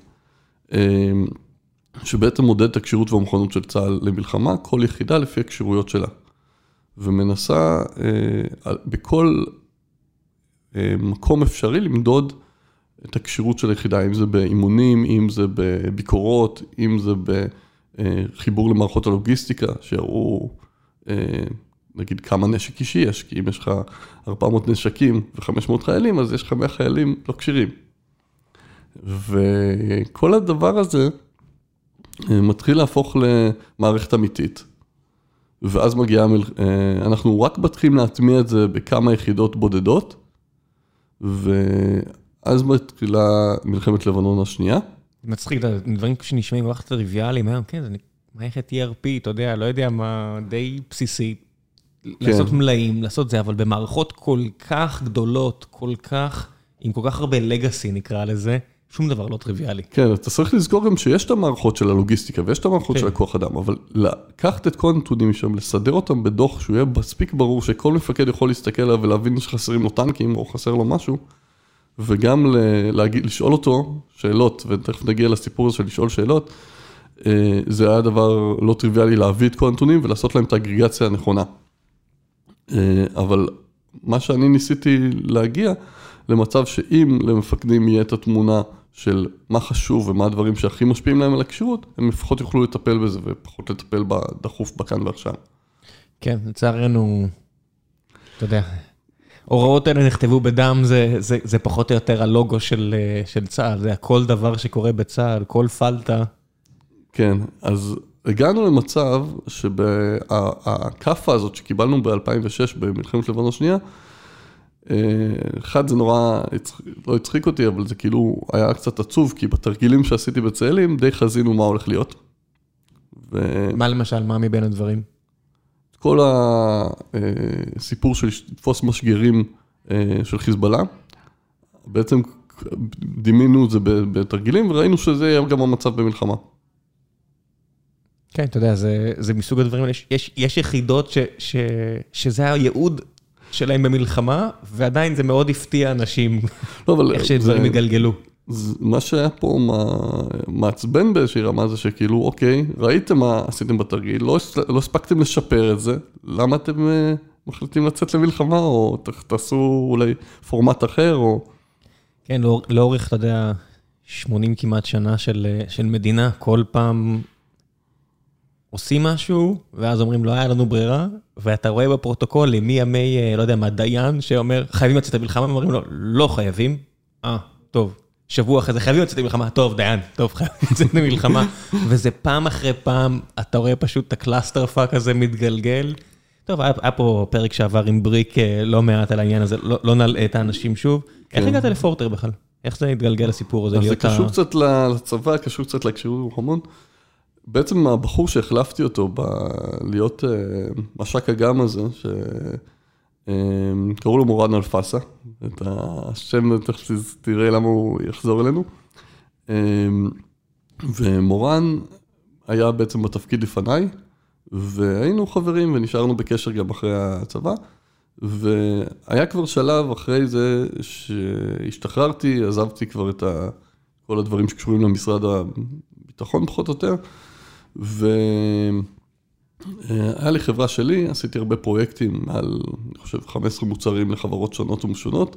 שבעצם מודד את הקשירות והמוכנות של צה"ל למלחמה, כל יחידה לפי הקשירויות שלה. ומנסה בכל מקום אפשרי למדוד את הקשירות של היחידה, אם זה באימונים, אם זה בביקורות, אם זה בחיבור למערכות הלוגיסטיקה, שיראו נגיד כמה נשק אישי יש, כי אם יש לך ארבע מאות נשקים ו-חמש מאות חיילים, אז יש לך מאה חיילים לא קשירים. וכל הדבר הזה מתחיל להפוך למערכת אמיתית. ואז מגיעה, אנחנו רק מתחילים להטמיע את זה בכמה יחידות בודדות, ואז מתחילה מלחמת לבנון השנייה. מצחיק, דברים שנשמעים כל כך טריוויאליים, כן, זה מערכת E R P, אתה יודע, לא יודע מה, די בסיסי, לעשות מלאים, לעשות זה, אבל במערכות כל כך גדולות, כל כך עם כל כך הרבה לגאסי נקרא לזה, שום דבר לא טריוויאלי. כן, אתה צריך לזכור גם שיש את המערכות של הלוגיסטיקה, ויש את המערכות של הכוח אדם, אבל לקחת את כל הנתונים משם, לסדר אותם בדוח, שהוא יהיה מספיק ברור, שכל מפקד יכול להסתכל עליו, ולהבין שחסרים לו טנקים, או חסר לו משהו, וגם להגיד, לשאול אותו שאלות, ותכף נגיע לסיפור הזה של לשאול שאלות, זה היה דבר לא טריוויאלי להביא את כל הנתונים, ולעשות להם את האגריגציה הנכונה. אבל מה שאני ניסיתי להגיע, למצב שאם למפקדים יהיה את התמונה של מה חשוב ומה הדברים שהכי משפיעים להם על הקשירות, הם לפחות יוכלו לטפל בזה ופחות לטפל בדחוף בכאן ועכשיו. כן, לצערנו, אתה יודע, הוראות האלה נכתבו בדם, זה, זה, זה פחות או יותר הלוגו של, של צה"ל, זה הכל דבר שקורה בצה"ל, כל פלטה. כן, אז הגענו למצב שבהקפה הזאת שקיבלנו ב-אלפיים ושש במלחמת לבנון השנייה, אחד זה נורא, לא הצחיק אותי, אבל זה כאילו היה קצת עצוב, כי בתרגילים שעשיתי בצאלים, די חזינו מה הולך להיות. ו... מה למשל, מה מבין הדברים? כל הסיפור של תפוס משגרים של חיזבאללה, בעצם דימינו את זה בתרגילים, וראינו שזה היה גם המצב במלחמה. כן, אתה יודע, זה, זה מסוג הדברים, יש, יש, יש יחידות ש, ש, שזה הייעוד שלהם במלחמה, ועדיין זה מאוד הפתיע אנשים, לא, אבל איך שדברים יגלגלו. מה שהיה פה מעצבן באיזושהי רמה זה שכאילו, אוקיי, ראיתם מה עשיתם בתרגיל, לא, לא הספקתם לשפר את זה, למה אתם מחליטים לצאת למלחמה, או תעשו אולי פורמט אחר, או... כן, לא, לאורך, אתה יודע, שמונים כמעט שנה של, של מדינה, כל פעם עושים משהו, ואז אומרים, לא היה לנו ברירה, ואתה רואה בפרוטוקול מי ימי, לא יודע מה, דיין, שאומר, חייבים לצאת למלחמה, ואומרים לו, לא חייבים, אה, טוב. שבוע אחרי זה, חייבים לצאת למלחמה, טוב, דיין, טוב, חייבים לצאת למלחמה, וזה פעם אחרי פעם, אתה רואה פשוט את הקלאסטר פאק הזה מתגלגל. טוב, היה, היה פה פרק שעבר עם בריק לא מעט על העניין הזה, לא, לא נלאה את האנשים שוב. כן. איך הגעת לפורטר בכלל? איך זה התגלגל לסיפור הזה? זה קשור ה... קצת לצבא, קשור קצת לקשירות המון. בעצם הבחור שהחלפתי אותו להיות משק הגם הזה, ש... קראו לו מורן אלפסה, את השם, תראה למה הוא יחזור אלינו. ומורן היה בעצם בתפקיד לפניי, והיינו חברים ונשארנו בקשר גם אחרי הצבא, והיה כבר שלב אחרי זה שהשתחררתי, עזבתי כבר את כל הדברים שקשורים למשרד הביטחון פחות או יותר, ו... היה לי חברה שלי, עשיתי הרבה פרויקטים, מעל, אני חושב, חמישה עשר מוצרים לחברות שונות ומשונות,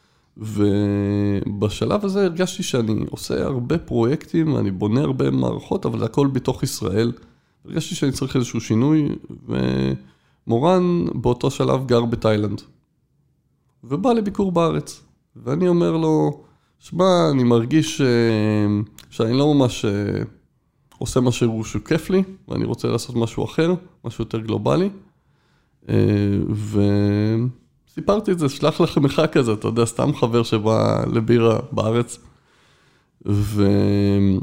ובשלב הזה הרגשתי שאני עושה הרבה פרויקטים, אני בונה הרבה מערכות, אבל זה הכל בתוך ישראל. הרגשתי שאני צריך איזשהו שינוי, ומורן באותו שלב גר בתאילנד, ובא לביקור בארץ, ואני אומר לו, שמה, אני מרגיש שאני לא ממש... עושה משהו שהוא כיף לי, ואני רוצה לעשות משהו אחר, משהו יותר גלובלי, וסיפרתי את זה, שלח לכם מחאה כזה, אתה יודע, סתם חבר שבא לבירה בארץ, ואחרי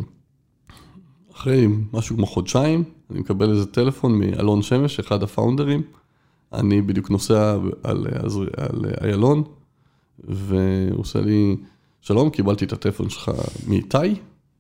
משהו כמו חודשיים, אני מקבל איזה טלפון מאלון שמש, אחד הפאונדרים, אני בדיוק נוסע על, על איילון, והוא עושה לי, שלום, קיבלתי את הטלפון שלך מאיתי,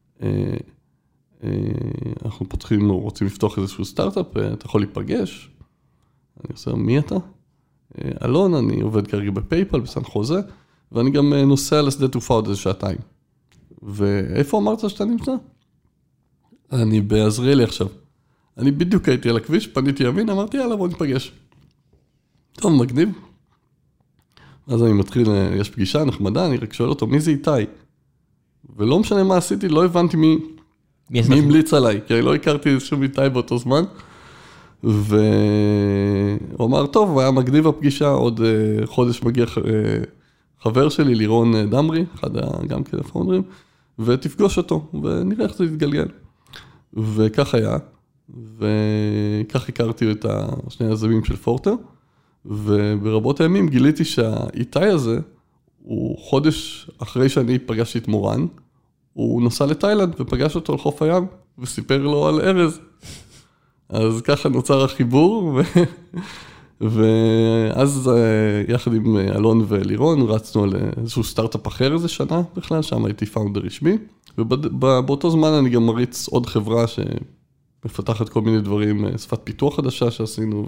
אנחנו פותחים, רוצים לפתוח איזשהו סטארט-אפ, אתה יכול להיפגש? אני עושה, מי אתה? אלון, אני עובד כרגע בפייפל, בסן חוזה, ואני גם נוסע לשדה תעופה עוד איזה שעתיים. ואיפה אמרת שאתה נמצא? אני בעזריאלי עכשיו. אני בדיוק הייתי על הכביש, פניתי ימין, אמרתי, יאללה, בוא ניפגש. טוב, מגניב. אז אני מתחיל, יש פגישה נחמדה, אני רק שואל אותו, מי זה איתי? ולא משנה מה עשיתי, לא הבנתי מי... מי המליץ עליי, כי אני לא הכרתי שום איתי באותו זמן, והוא אמר, טוב, הוא היה מגניב הפגישה, עוד חודש מגיע חבר שלי, לירון דמרי, אחד גם כן הפאונדרים, ותפגוש אותו, ונראה איך זה יתגלגל. וכך היה, וכך הכרתי את שני היזמים של פורטר, וברבות הימים גיליתי שהאיתי הזה, הוא חודש אחרי שאני פגשתי את מורן, הוא נסע לתאילנד ופגש אותו על חוף הים, וסיפר לו על ארז. אז ככה נוצר החיבור, ואז יחד עם אלון ולירון רצנו על איזשהו סטארט-אפ אחר איזה שנה בכלל, שם הייתי פאונדר רשמי, ובאותו זמן אני גם מריץ עוד חברה שמפתחת כל מיני דברים, שפת פיתוח חדשה שעשינו,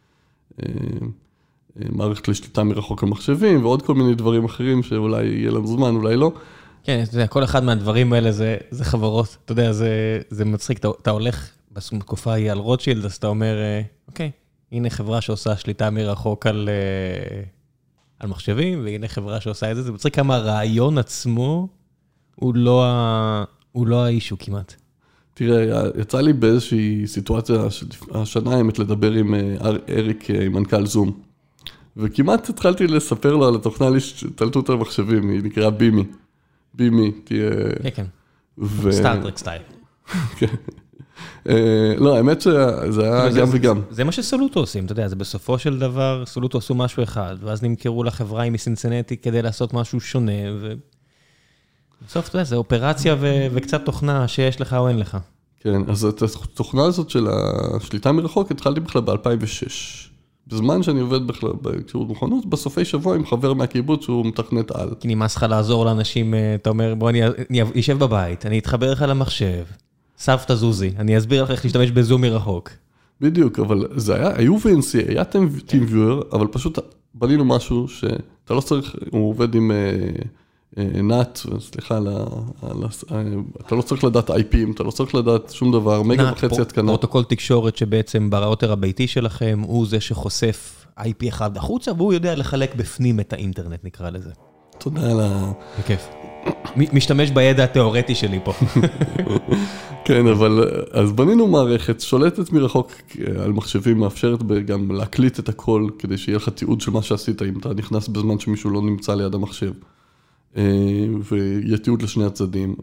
ומערכת לשליטה מרחוק על מחשבים, ועוד כל מיני דברים אחרים שאולי יהיה לנו זמן, אולי לא. כן, אתה יודע, כל אחד מהדברים האלה זה, זה חברות, אתה יודע, זה, זה מצחיק, אתה, אתה הולך בתקופה ההיא על רוטשילד, אז אתה אומר, אוקיי, הנה חברה שעושה שליטה מרחוק על, על מחשבים, והנה חברה שעושה את זה, זה מצחיק כמה הרעיון עצמו, הוא לא, הוא לא האישו כמעט. תראה, יצא לי באיזושהי סיטואציה, השנה האמת לדבר עם אריק, עם מנכ"ל זום, וכמעט התחלתי לספר לו על התוכנה להשתלטות על מחשבים, היא נקראה בימי. בימי, תהיה... כן, כן. סטארטרק סטייל. כן. לא, האמת שזה היה גם וגם. זה מה שסולוטו עושים, אתה יודע, זה בסופו של דבר, סולוטו עשו משהו אחד, ואז נמכרו לחברה עם מסינסינטי כדי לעשות משהו שונה, ובסוף, אתה יודע, זה אופרציה וקצת תוכנה שיש לך או אין לך. כן, אז את התוכנה הזאת של השליטה מרחוק התחלתי בכלל ב-אלפיים ושש. בזמן שאני עובד בכלל בקשירות מכונות, בסופי שבוע עם חבר מהקיבוץ שהוא מתכנת על. כי נמאס לך לעזור לאנשים, אתה אומר, בוא אני אשב בבית, אני אתחבר לך למחשב, סבתא זוזי, אני אסביר לך איך להשתמש בזום מרחוק. בדיוק, אבל זה היה, היו ו-אן סי, היה TeamViewer, אבל פשוט בנינו משהו שאתה לא צריך, הוא עובד עם נאט, סליחה, אתה לא צריך לדעת איי פי, אתה לא צריך לדעת שום דבר, מגה וחצי התקנה. פרוטוקול תקשורת שבעצם בראוטר הביתי שלכם, הוא זה שחושף איי פי אחד החוצה, והוא יודע לחלק בפנים את האינטרנט, נקרא לזה. תודה על ה... בכיף. משתמש בידע התיאורטי שלי פה. כן, אבל אז בנינו מערכת שולטת מרחוק על מחשבים, מאפשרת גם להקליט את הכל, כדי שיהיה לך תיעוד של מה שעשית, אם אתה נכנס בזמן שמישהו לא נמצא ליד המחשב. ויהיה תיעוד לשני הצדדים,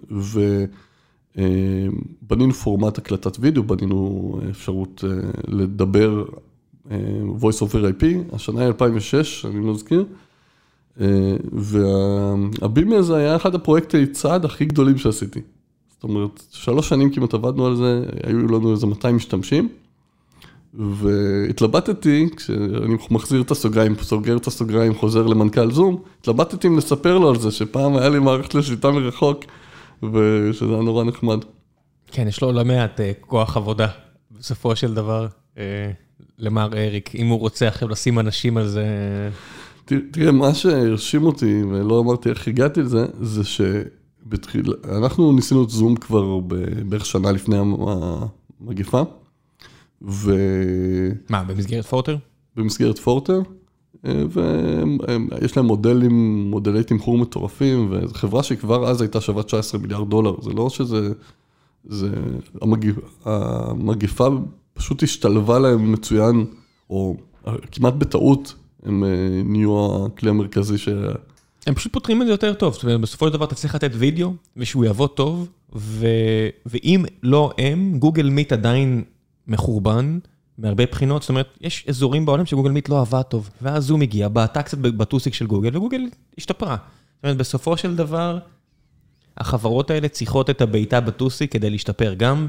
ובנינו פורמט הקלטת וידאו, בנינו אפשרות לדבר voice over איי פי, השנה היא אלפיים ושש, אני מזכיר, והבימי הזה היה אחד הפרויקטי צעד הכי גדולים שעשיתי. זאת אומרת, שלוש שנים כמעט עבדנו על זה, היו לנו איזה מאתיים משתמשים, והתלבטתי, כשאני מחזיר את הסוגריים, סוגר את הסוגריים, חוזר למנכ"ל זום, התלבטתי אם לספר לו על זה, שפעם היה לי מערכת לשליטה מרחוק, ושזה היה נורא נחמד. כן, יש לו לא מעט כוח עבודה, בסופו של דבר, למר אריק, אם הוא רוצה עכשיו לשים אנשים על זה... תראה, מה שהרשים אותי, ולא אמרתי איך הגעתי לזה, זה שבתחיל, אנחנו ניסינו את זום כבר בערך שנה לפני המגיפה, ו... מה, במסגרת פורטר? במסגרת פורטר, ויש להם מודלים, מודלי תמחור מטורפים, וזו חברה שכבר אז הייתה שווה תשע עשרה מיליארד דולר, זה לא שזה, זה, המגיפה, המגיפה פשוט השתלבה להם מצוין, או כמעט בטעות, הם נהיו הכלי המרכזי ש... הם פשוט פותרים את זה יותר טוב, זאת אומרת, בסופו של דבר אתה צריך לתת וידאו, ושהוא יעבוד טוב, ו... ואם לא הם, גוגל מיט עדיין מחורבן, מהרבה בחינות, זאת אומרת, יש אזורים בעולם שגוגל מיט לא עבד טוב, ואז זום הגיע, בעטה קצת בטוסיק של גוגל, וגוגל השתפרה. זאת אומרת, בסופו של דבר, החברות האלה צריכות את הביתה בטוסיק כדי להשתפר. גם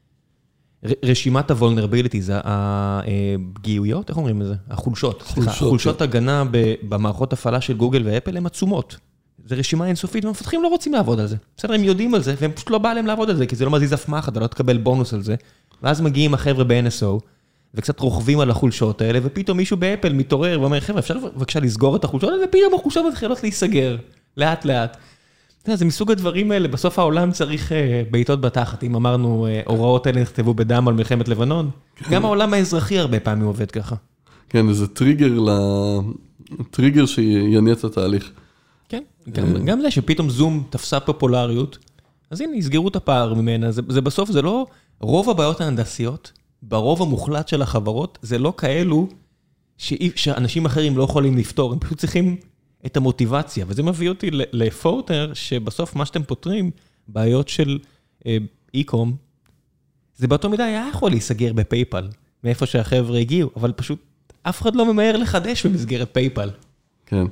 רשימת ה-vulnerabilities, הפגיעויות, איך אומרים לזה? החולשות. חולשות הגנה במערכות הפעלה של גוגל ואפל הן עצומות. זה רשימה אינסופית, והמפתחים לא רוצים לעבוד על זה. בסדר, הם יודעים על זה, והם פשוט לא בא להם לעבוד על זה, כי זה לא מזיז אף מאחד, אתה לא תקבל בונוס על זה. ואז מגיעים החבר'ה ב-אן אס או, וקצת רוכבים על החולשות האלה, ופתאום מישהו באפל מתעורר ואומר, חבר'ה, אפשר בבקשה לסגור את החולשות האלה, ופתאום החולשות מתחילות להיסגר, לאט לאט. זה מסוג הדברים האלה, בסוף העולם צריך בעיטות בתחת, אם אמרנו, הוראות האלה נכתבו בדם על מלחמת לבנון, גם העולם האזרחי הרבה פעמים עובד ככה. כן, זה טריגר, טריגר שיניע את התהליך. כן, גם זה שפתאום זום תפסה פופולריות, אז הנה, יסגרו את הפער ממנה, זה בסוף זה לא, רוב הבעיות ההנדסיות, ברוב המוחלט של החברות, זה לא כאלו שאנשים אחרים לא יכולים לפתור, הם פשוט צריכים את המוטיבציה, וזה מביא אותי לפורטר, שבסוף מה שאתם פותרים, בעיות של אי-קום, זה באותו מידה היה יכול להיסגר בפייפל, מאיפה שהחבר'ה הגיעו, אבל פשוט אף אחד לא ממהר לחדש במסגרת פייפל. כן,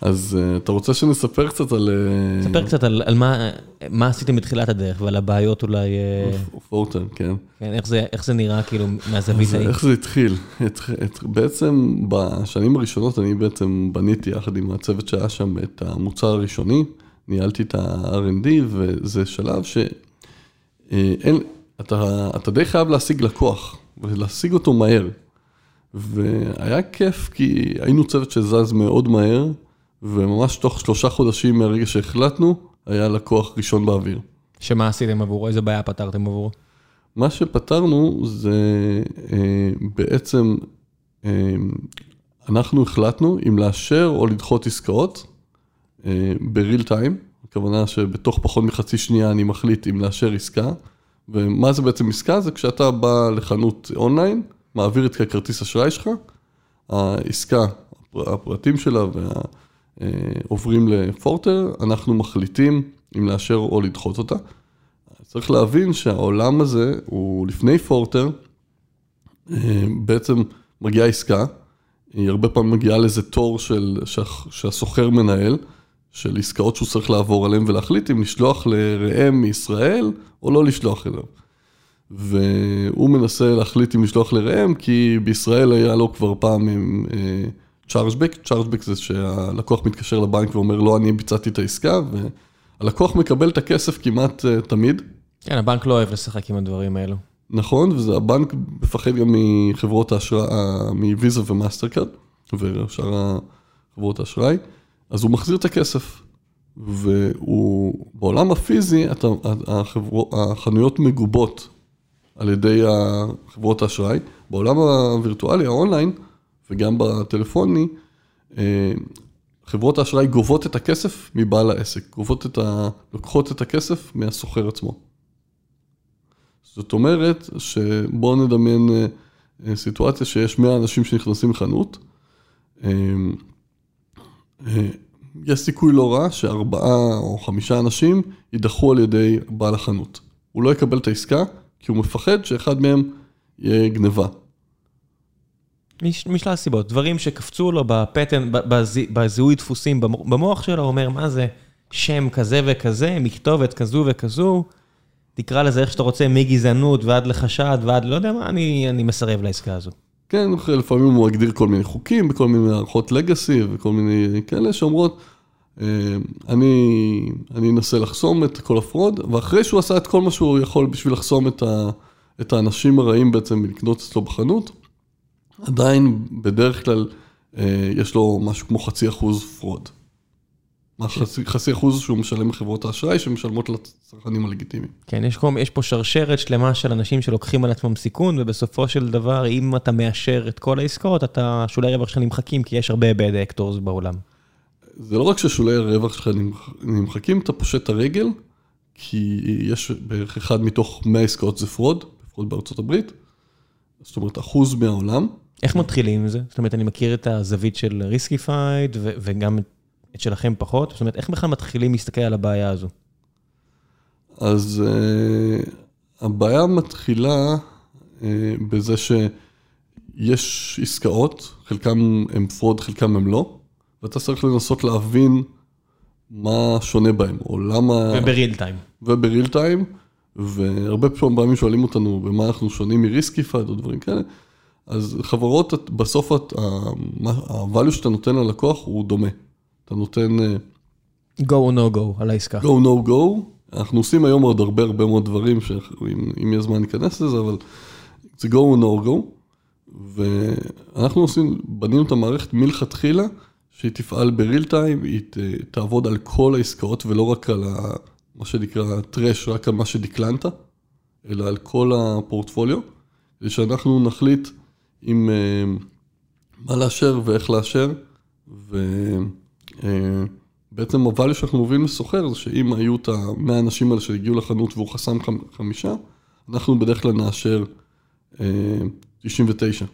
אז אתה רוצה שנספר קצת על... נספר קצת על, על מה, מה עשיתם בתחילת הדרך, ועל הבעיות אולי... פורטר, כן. כן, איך זה, איך זה נראה כאילו מהזווית ההיא? איך זה התחיל? בעצם בשנים הראשונות אני בעצם בניתי יחד עם הצוות שהיה שם את המוצר הראשוני, ניהלתי את ה-אר אנד די, וזה שלב שאין, אתה, אתה די חייב להשיג לקוח, ולהשיג אותו מהר. והיה כיף כי היינו צוות שזז מאוד מהר, וממש תוך שלושה חודשים מהרגע שהחלטנו, היה לקוח ראשון באוויר. שמה עשיתם עבורו? איזה בעיה פתרתם עבורו? מה שפתרנו זה אה, בעצם, אה, אנחנו החלטנו אם לאשר או לדחות עסקאות אה, בריל טיים, הכוונה שבתוך פחות מחצי שנייה אני מחליט אם לאשר עסקה, ומה זה בעצם עסקה? זה כשאתה בא לחנות אונליין, מעביר את הכרטיס אשראי שלך, העסקה, הפרטים שלה ועוברים לפורטר, אנחנו מחליטים אם לאשר או לדחות אותה. צריך להבין שהעולם הזה הוא לפני פורטר, בעצם מגיעה עסקה, היא הרבה פעמים מגיעה לאיזה תור של, שהסוחר מנהל, של עסקאות שהוא צריך לעבור עליהם ולהחליט אם לשלוח לרעם מישראל או לא לשלוח אליו. והוא מנסה להחליט אם לשלוח לרעם, כי בישראל היה לו כבר פעם עם צ'ארג'בק, צ'ארג'בק זה שהלקוח מתקשר לבנק ואומר לא, אני ביצעתי את העסקה, והלקוח מקבל את הכסף כמעט תמיד. כן, הבנק לא אוהב לשחק עם הדברים האלו. נכון, והבנק מפחד גם מחברות האשראי, מוויזה ומאסטרקארד, ושאר חברות האשראי, אז הוא מחזיר את הכסף. והוא, בעולם הפיזי, החנויות מגובות על ידי חברות האשראי. בעולם הווירטואלי, האונליין, וגם בטלפוני, חברות האשראי גובות את הכסף מבעל העסק, גובות את ה... לוקחות את הכסף מהסוחר עצמו. זאת אומרת שבואו נדמיין סיטואציה שיש מאה אנשים שנכנסים לחנות, יש סיכוי לא רע שארבעה או חמישה אנשים יידחו על ידי בעל החנות. הוא לא יקבל את העסקה, כי הוא מפחד שאחד מהם יהיה גניבה. משלל הסיבות, דברים שקפצו לו בפטן, בזיהוי דפוסים במוח שלו, הוא אומר, מה זה שם כזה וכזה, מכתובת כזו וכזו, תקרא לזה איך שאתה רוצה, מגזענות ועד לחשד ועד לא יודע מה, אני, אני מסרב לעסקה הזו. כן, לפעמים הוא מגדיר כל מיני חוקים, בכל מיני ערכות לגאסי וכל מיני כאלה שאומרות, אני, אני אנסה לחסום את כל הפרוד, ואחרי שהוא עשה את כל מה שהוא יכול בשביל לחסום את, ה, את האנשים הרעים בעצם מלקנות אצלו בחנות, עדיין בדרך כלל יש לו משהו כמו חצי אחוז פרוד. חצי, חצי אחוז שהוא משלם לחברות האשראי שמשלמות לצרכנים הלגיטימיים. כן, יש, יש פה שרשרת שלמה של אנשים שלוקחים על עצמם סיכון, ובסופו של דבר, אם אתה מאשר את כל העסקאות, אתה שולי רווח שלך נמחקים, כי יש הרבה bad actors בעולם. זה לא רק ששולי הרווח שלך נמחקים, אתה פושט את הרגל, כי יש בערך אחד מתוך מאה עסקאות זה פרוד, פרוד בארצות הברית, זאת אומרת, אחוז מהעולם. איך מתחילים עם זה? זאת אומרת, אני מכיר את הזווית של ריסקיפייד, וגם את שלכם פחות. זאת אומרת, איך בכלל מתחילים להסתכל על הבעיה הזו? אז uh, הבעיה מתחילה uh, בזה שיש עסקאות, חלקם הם פרוד, חלקם הם לא, ואתה צריך לנסות להבין מה שונה בהם, או למה... ובריל טיים. ובריל טיים, והרבה פעמים שואלים אותנו במה אנחנו שונים מריסקיפייד או דברים כאלה, אז חברות, בסוף ה-value שאתה נותן ללקוח הוא דומה. אתה נותן... go or no go על העסקה. go no go. אנחנו עושים היום עוד הרבה הרבה מאוד דברים, שאם יהיה זמן ניכנס לזה, אבל זה go or no go. ואנחנו עושים, בנינו את המערכת מלכתחילה, שהיא תפעל בריל טיים, היא תעבוד על כל העסקאות, ולא רק על מה שנקרא טרש, רק על מה שדקלנת, אלא על כל הפורטפוליו, כדי שאנחנו נחליט עם מה לאשר ואיך לאשר, ובעצם הוואלי שאנחנו מובילים לסוחר, זה שאם היו את המאה אנשים האלה שהגיעו לחנות והוא חסם חמישה, אנחנו בדרך כלל נאשר תשעים ותשע,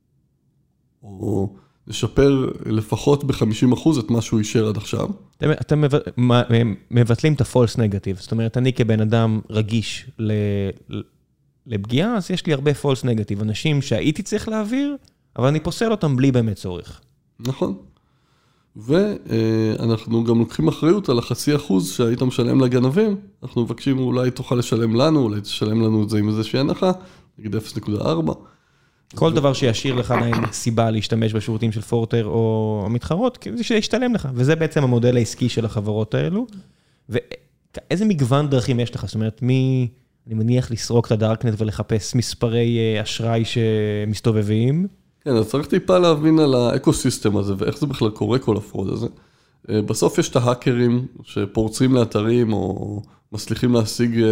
או נשפר לפחות ב-חמישים אחוז את מה שהוא יישר עד עכשיו. אתם, אתם מבטלים את ה-false negative, זאת אומרת, אני כבן אדם רגיש לפגיעה, אז יש לי הרבה false negative, אנשים שהייתי צריך להעביר, אבל אני פוסל אותם בלי באמת צורך. נכון. ואנחנו גם לוקחים אחריות על החצי אחוז שהיית משלם לגנבים, אנחנו מבקשים אולי תוכל לשלם לנו, אולי תשלם לנו את זה עם איזושהי הנחה, נגיד אפס נקודה ארבע. כל דבר שישאיר לך להם סיבה להשתמש בשירותים של פורטר או המתחרות, זה שישתלם לך, וזה בעצם המודל העסקי של החברות האלו. ואיזה מגוון דרכים יש לך? זאת אומרת, מי, אני מניח לסרוק את הדארקנט ולחפש מספרי אשראי שמסתובבים. כן, אז צריך טיפה להבין על האקוסיסטם הזה, ואיך זה בכלל קורה כל הפרוד הזה. בסוף יש את ההאקרים שפורצים לאתרים, או מצליחים להשיג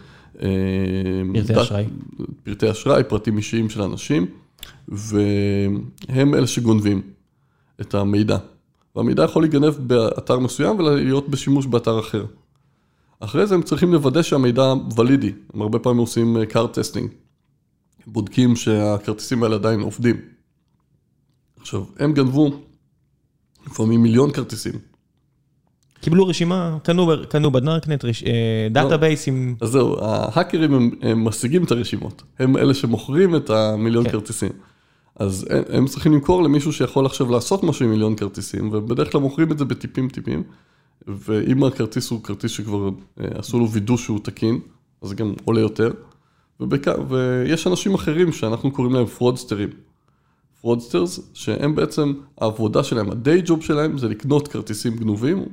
פרטי אשראי. פרטי אשראי, פרטים אישיים של אנשים, והם אלה שגונבים את המידע. והמידע יכול להיגנב באתר מסוים ולהיות בשימוש באתר אחר. אחרי זה הם צריכים לוודא שהמידע ולידי. הם הרבה פעמים עושים קארד טסטינג. בודקים שהכרטיסים האלה עדיין עובדים. עכשיו, הם גנבו לפעמים מיליון כרטיסים. קיבלו רשימה, קנו, קנו בדארקנט, דאטאבייס עם... אז זהו, ההאקרים הם, הם משיגים את הרשימות. הם אלה שמוכרים את המיליון כן. כרטיסים. אז הם, הם צריכים למכור למישהו שיכול עכשיו לעשות משהו עם מיליון כרטיסים, ובדרך כלל מוכרים את זה בטיפים טיפים, ואם הכרטיס הוא כרטיס שכבר עשו לו וידוא שהוא תקין, אז זה גם עולה יותר, ובק... ויש אנשים אחרים שאנחנו קוראים להם פרודסטרים. פרודסטרס, שהם בעצם, העבודה שלהם, הדיי ג'וב שלהם, זה לקנות כרטיסים גנובים,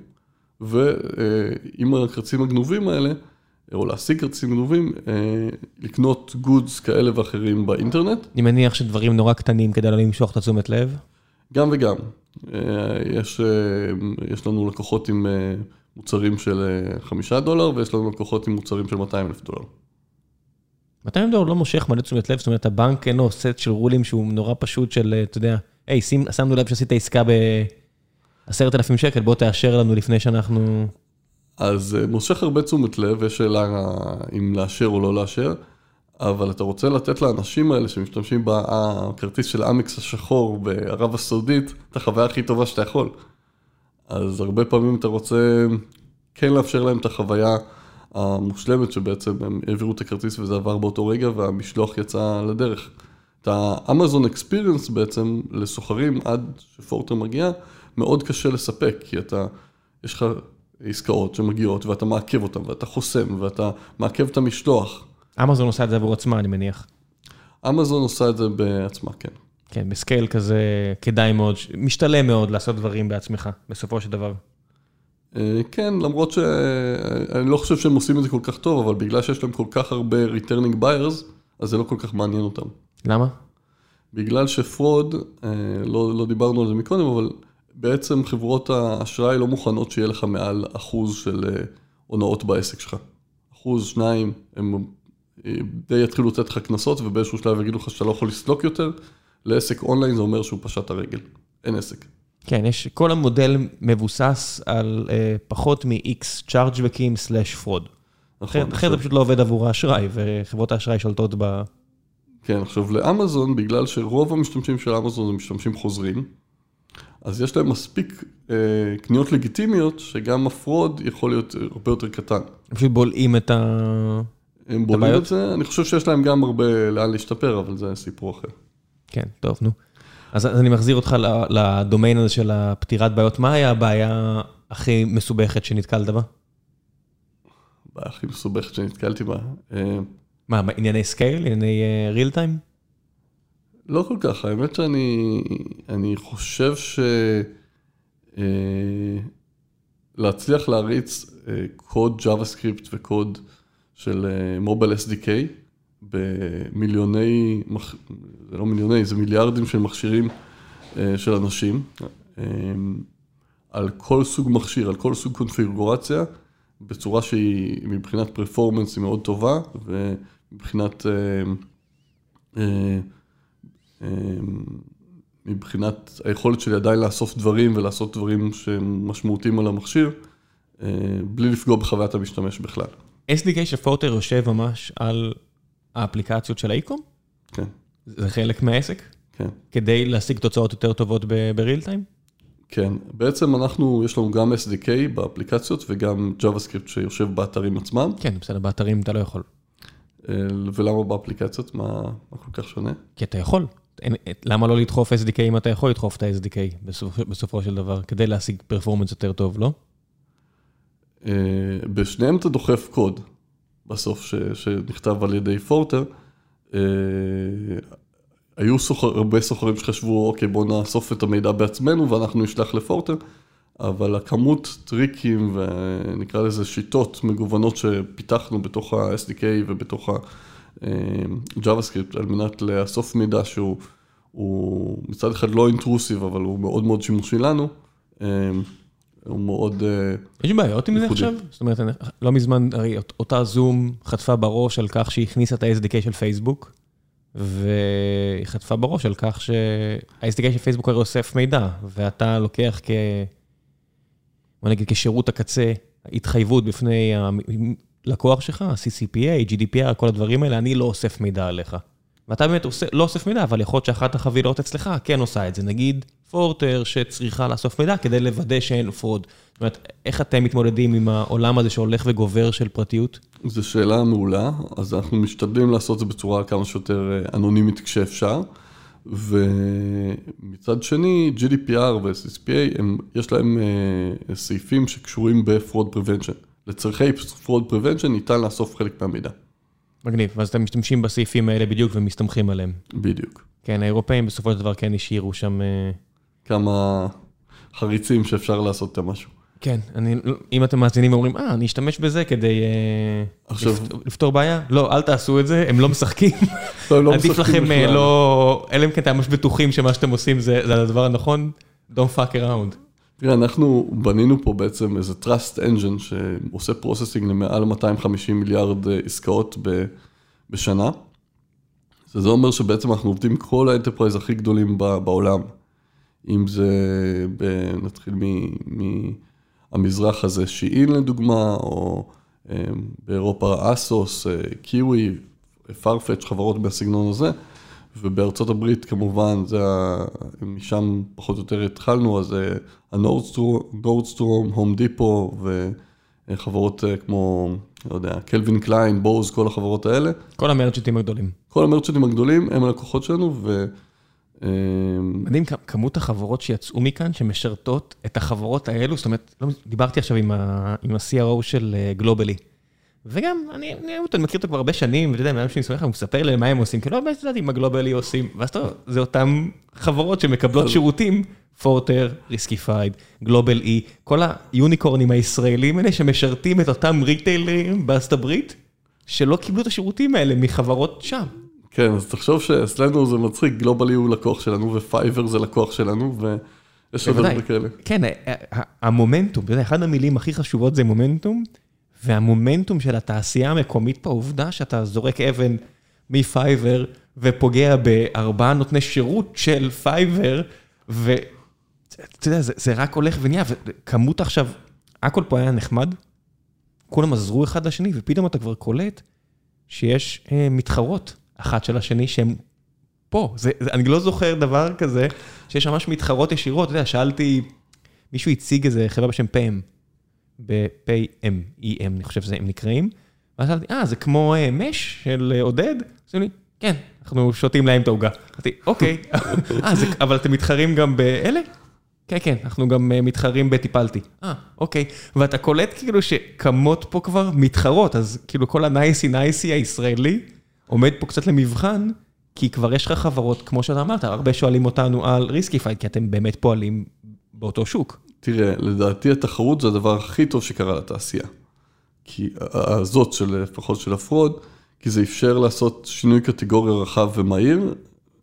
ועם הכרטיסים הגנובים האלה, או להשיג כרטיסים גנובים, לקנות גודס כאלה ואחרים באינטרנט. אני מניח שדברים נורא קטנים כדי לא למשוך את התשומת לב. גם וגם. יש, יש לנו לקוחות עם מוצרים של חמישה דולר, ויש לנו לקוחות עם מוצרים של מאתיים אלף דולר. מאתיים דולר לא מושך מלא תשומת לב, זאת אומרת, הבנק אינו סט של רולים שהוא נורא פשוט של, אתה יודע, היי, שמנו לב שעשית עסקה ב-עשרת אלפים שקל, בוא תאשר לנו לפני שאנחנו... אז מושך הרבה תשומת לב, יש שאלה אם לאשר או לא לאשר, אבל אתה רוצה לתת לאנשים האלה שמשתמשים בכרטיס של אמקס השחור בערב הסעודית, את החוויה הכי טובה שאתה יכול. אז הרבה פעמים אתה רוצה כן לאפשר להם את החוויה המושלמת שבעצם הם העבירו את הכרטיס וזה עבר באותו רגע והמשלוח יצא לדרך. את האמזון אקספיריאנס בעצם לסוחרים עד שפורטר מגיע, מאוד קשה לספק, כי אתה, יש לך עסקאות שמגיעות ואתה מעכב אותן ואתה חוסם ואתה מעכב את המשלוח. אמזון עושה את זה עבור עצמה, אני מניח. אמזון עושה את זה בעצמה, כן. כן, בסקייל כזה כדאי מאוד, משתלם מאוד לעשות דברים בעצמך, בסופו של דבר. כן, למרות שאני לא חושב שהם עושים את זה כל כך טוב, אבל בגלל שיש להם כל כך הרבה returning buyers, אז זה לא כל כך מעניין אותם. למה? בגלל שפרוד, לא, לא דיברנו על זה מקודם, אבל בעצם חברות האשראי לא מוכנות שיהיה לך מעל אחוז של הונאות בעסק שלך. אחוז, שניים, הם די יתחילו לתת לך כנסות, ובאיזשהו שלב יגידו לך שאתה לא יכול לסלוק יותר. לעסק אונליין זה אומר שהוא פשט הרגל. אין עסק. כן, יש, כל המודל מבוסס על אה, פחות מ-X צ'ארג'בקים סלש פרוד. אחרי זה פשוט לא עובד עבור האשראי, וחברות האשראי שולטות ב... כן, עכשיו לאמזון, בגלל שרוב המשתמשים של אמזון זה משתמשים חוזרים, אז יש להם מספיק אה, קניות לגיטימיות, שגם הפרוד יכול להיות הרבה יותר קטן. הם פשוט בולעים את ה... הם בולעים את זה, אני חושב שיש להם גם הרבה לאן להשתפר, אבל זה סיפור אחר. כן, טוב, נו. אז, אז אני מחזיר אותך לדומיין הזה של הפתירת בעיות. מה היה הבעיה הכי מסובכת שנתקלת בה? הבעיה הכי מסובכת שנתקלתי בה. מה, ענייני סקייל? ענייני ריל טיים? לא כל כך. האמת שאני אני חושב ש... להצליח להריץ קוד JavaScript וקוד של מובייל אס די קיי במיליוני, זה לא מיליוני, זה מיליארדים של מכשירים של אנשים, על כל סוג מכשיר, על כל סוג קונפיגורציה, בצורה שהיא מבחינת פרפורמנס היא מאוד טובה, ומבחינת מבחינת היכולת שלי עדיין לאסוף דברים ולעשות דברים שמשמעותיים על המכשיר, בלי לפגוע בחוויית המשתמש בכלל. אס די קיי של פורטר יושב ממש על האפליקציות של האיקום? כן. זה חלק מהעסק? כן. כדי להשיג תוצאות יותר טובות בריל טיים? כן. בעצם אנחנו, יש לנו גם אס די קיי באפליקציות וגם JavaScript שיושב באתרים עצמם. כן, בסדר, באתרים אתה לא יכול. ולמה באפליקציות? מה, מה כל כך שונה? כי אתה יכול. למה לא לדחוף אס די קיי אם אתה יכול לדחוף את ה-אס די קיי בסופו של דבר, כדי להשיג פרפורמנס יותר טוב, לא? בשניהם אתה דוחף קוד, בסוף שנכתב על ידי פורטר. היו הרבה סוחרים שחשבו, אוקיי, בוא נאסוף את המידע בעצמנו ואנחנו נשלח לפורטר, אבל הכמות טריקים ונקרא לזה שיטות מגוונות שפיתחנו בתוך ה-אס די קיי ובתוך ה-JavaScript על מנת לאסוף מידע שהוא הוא מצד אחד לא אינטרוסיב, אבל הוא מאוד מאוד שימושי לנו. הוא מאוד... יש בעיות עם זה עכשיו? זאת אומרת, לא מזמן, הרי אותה זום חטפה בראש על כך שהיא הכניסה את ה-אס די קיי של פייסבוק, והיא חטפה בראש על כך שה-אס די קיי של פייסבוק הרי אוסף מידע, ואתה לוקח כ... בוא נגיד, כשירות הקצה, התחייבות בפני הלקוח שלך, סי סי פי איי, ג'י די פי אר, כל הדברים האלה, אני לא אוסף מידע עליך. ואתה באמת לא אוסף מידע, אבל יכול להיות שאחת החבילות אצלך כן עושה את זה. נגיד פורטר שצריכה לאסוף מידע כדי לוודא שאין פרוד. זאת אומרת, איך אתם מתמודדים עם העולם הזה שהולך וגובר של פרטיות? זו שאלה מעולה, אז אנחנו משתדלים לעשות את זה בצורה כמה שיותר אנונימית כשאפשר, ומצד שני, ג'י די פי אר ו-סי סי פי איי, יש להם סעיפים שקשורים ב-fraud prevention. לצרכי fraud prevention ניתן לאסוף חלק מהמידע. מגניב, ואז אתם משתמשים בסעיפים האלה בדיוק ומסתמכים עליהם. בדיוק. כן, האירופאים בסופו של דבר כן השאירו שם... כמה חריצים שאפשר לעשות את משהו. כן, אני, אם אתם מאזינים ואומרים, אה, אני אשתמש בזה כדי עכשיו... לפתור בעיה. לא, אל תעשו את זה, הם לא משחקים. לא, לא עדיף לכם לא... אלה אם כן אתם ממש בטוחים שמה שאתם עושים זה, זה הדבר הנכון, don't fuck around. תראה, אנחנו בנינו פה בעצם איזה trust engine שעושה processing למעל מאתיים וחמישים מיליארד עסקאות בשנה. זה אומר שבעצם אנחנו עובדים כל האנטרפרייז הכי גדולים בעולם. אם זה, נתחיל מהמזרח הזה, שיעין לדוגמה, או באירופה אסוס, קיווי, פארפץ', חברות מהסגנון הזה, ובארצות הברית כמובן, זה, משם פחות או יותר התחלנו, אז הנורדסטרום, הום דיפו, וחברות כמו, לא יודע, קלווין קליין, בוז, כל החברות האלה. כל המרצ'טים הגדולים. כל המרצ'טים הגדולים הם הלקוחות שלנו, ו... מדהים כמות החברות שיצאו מכאן, שמשרתות את החברות האלו, זאת אומרת, דיברתי עכשיו עם ה-סי אר או של גלובלי, וגם, אני מכיר אותו כבר הרבה שנים, ואתה יודע, מאנשים שמח, הוא מספר להם מה הם עושים, כי לא באמת יודעת אם הגלובלי עושים, ואז טוב, זה אותם חברות שמקבלות שירותים, פורטר, ריסקיפייד, גלובל אי, כל היוניקורנים הישראלים האלה, שמשרתים את אותם ריטיילרים בארצות הברית, שלא קיבלו את השירותים האלה מחברות שם. כן, אז תחשוב שאצלנו זה מצחיק, גלובלי הוא לקוח שלנו, ופייבר זה לקוח שלנו, ויש עוד הרבה כאלה. כן, המומנטום, אחד המילים הכי חשובות זה מומנטום, והמומנטום של התעשייה המקומית פה, העובדה שאתה זורק אבן מפייבר, ופוגע בארבעה נותני שירות של פייבר, ואתה יודע, זה רק הולך ונהיה, וכמות עכשיו, הכל פה היה נחמד, כולם עזרו אחד לשני, ופתאום אתה כבר קולט שיש מתחרות, אחת של השני שהם פה. זה, זה, אני לא זוכר דבר כזה, שיש ממש מתחרות ישירות. אתה יודע, שאלתי, מישהו הציג איזה חברה בשם פי אם, ב-פי אם, אי אם, אני חושב שזה הם נקראים, ואז שאלתי, אה, זה כמו uh, מש של uh, עודד? אז אני, כן, אנחנו שותים להם את העוגה. אמרתי, אוקיי, אה, זה, אבל אתם מתחרים גם באלה? כן, כן, אנחנו גם uh, מתחרים בטיפלתי. אה, אוקיי, ואתה קולט כאילו שכמות פה כבר מתחרות, אז כאילו כל הנייסי נייסי הישראלי, עומד פה קצת למבחן, כי כבר יש לך חברות, כמו שאתה אמרת, הרבה שואלים אותנו על ריסקיפייד, כי אתם באמת פועלים באותו שוק. תראה, לדעתי התחרות זה הדבר הכי טוב שקרה לתעשייה. כי הזאת של לפחות של הפרוד, כי זה אפשר לעשות שינוי קטגוריה רחב ומהיר,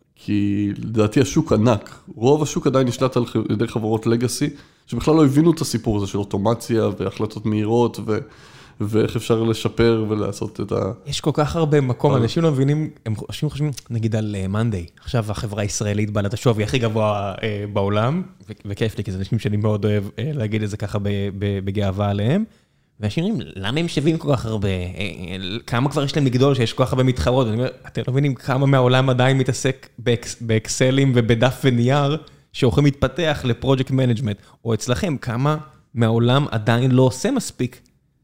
כי לדעתי השוק ענק. רוב השוק עדיין נשלט על ידי חברות לגאסי, שבכלל לא הבינו את הסיפור הזה של אוטומציה והחלטות מהירות ו... ואיך אפשר לשפר ולעשות את ה... יש כל כך הרבה מקום, אנשים לא מבינים, הם חושבים, חושבים, נגיד על מאנדיי, עכשיו החברה הישראלית בעלת השווי הכי גבוה בעולם, וכיף לי, כי זה אנשים שאני מאוד אוהב להגיד את זה ככה בגאווה עליהם, ואנשים אומרים, למה הם שווים כל כך הרבה? כמה כבר יש להם לגדול שיש כל כך הרבה מתחרות? אני אומר, אתם לא מבינים כמה מהעולם עדיין מתעסק באקסלים ובדף ונייר, שהולכים להתפתח לפרויקט מנג'מנט, או אצלכם, כמה מהעולם עדיין לא עושה מספיק,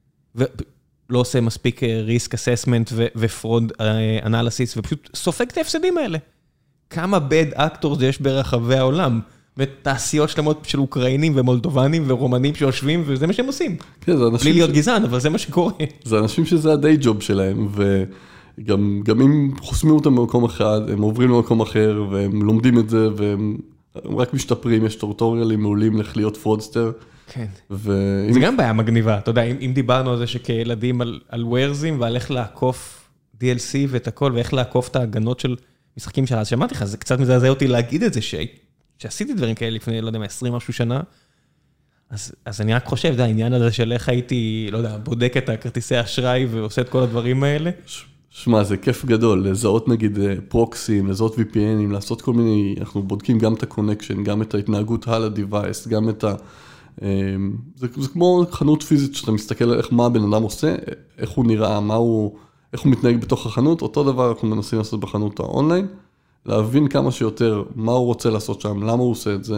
ולא עושה מספיק ריסק אססמנט ופרוד אנליסיס, ופשוט סופג את ההפסדים האלה. כמה bad actors יש ברחבי העולם, ותעשיות שלמות של אוקראינים ומולדובנים ורומנים שיושבים, וזה מה שהם עושים. כן, זה אנשים... בלי להיות גזען, אבל זה מה שקורה. זה אנשים שזה הדי ג'וב שלהם, וגם גם אם חוסמים אותם במקום אחד, הם עוברים למקום אחר, והם לומדים את זה, והם רק משתפרים, יש טורטוריאלים מעולים לך להיות פרודסטר. כן. ו... זה גם בעיה מגניבה, אתה יודע, אם, אם דיברנו על זה שכילדים על, על ווירזים, ועל איך לעקוף די אל סי ואת הכל, ואיך לעקוף את ההגנות של משחקים שלה, אז שמעתי לך, זה קצת מזעזע אותי להגיד את זה, ש... שעשיתי דברים כאלה לפני, לא יודע מה, עשרים משהו שנה, אז, אז אני רק חושב, זה העניין הזה של איך הייתי, לא יודע, בודק את הכרטיסי אשראי, ועושה את כל הדברים האלה. שמע, זה כיף גדול, לזהות נגיד פרוקסים, לזהות וי פי אנים, לעשות כל מיני, אנחנו בודקים גם את הקונקשן, גם את ההתנהגות על הדיווייס, גם את ה... זה, זה כמו חנות פיזית שאתה מסתכל על איך מה הבן אדם עושה, איך הוא נראה, מה הוא, איך הוא מתנהג בתוך החנות, אותו דבר אנחנו מנסים לעשות בחנות האונליין, להבין כמה שיותר מה הוא רוצה לעשות שם, למה הוא עושה את זה.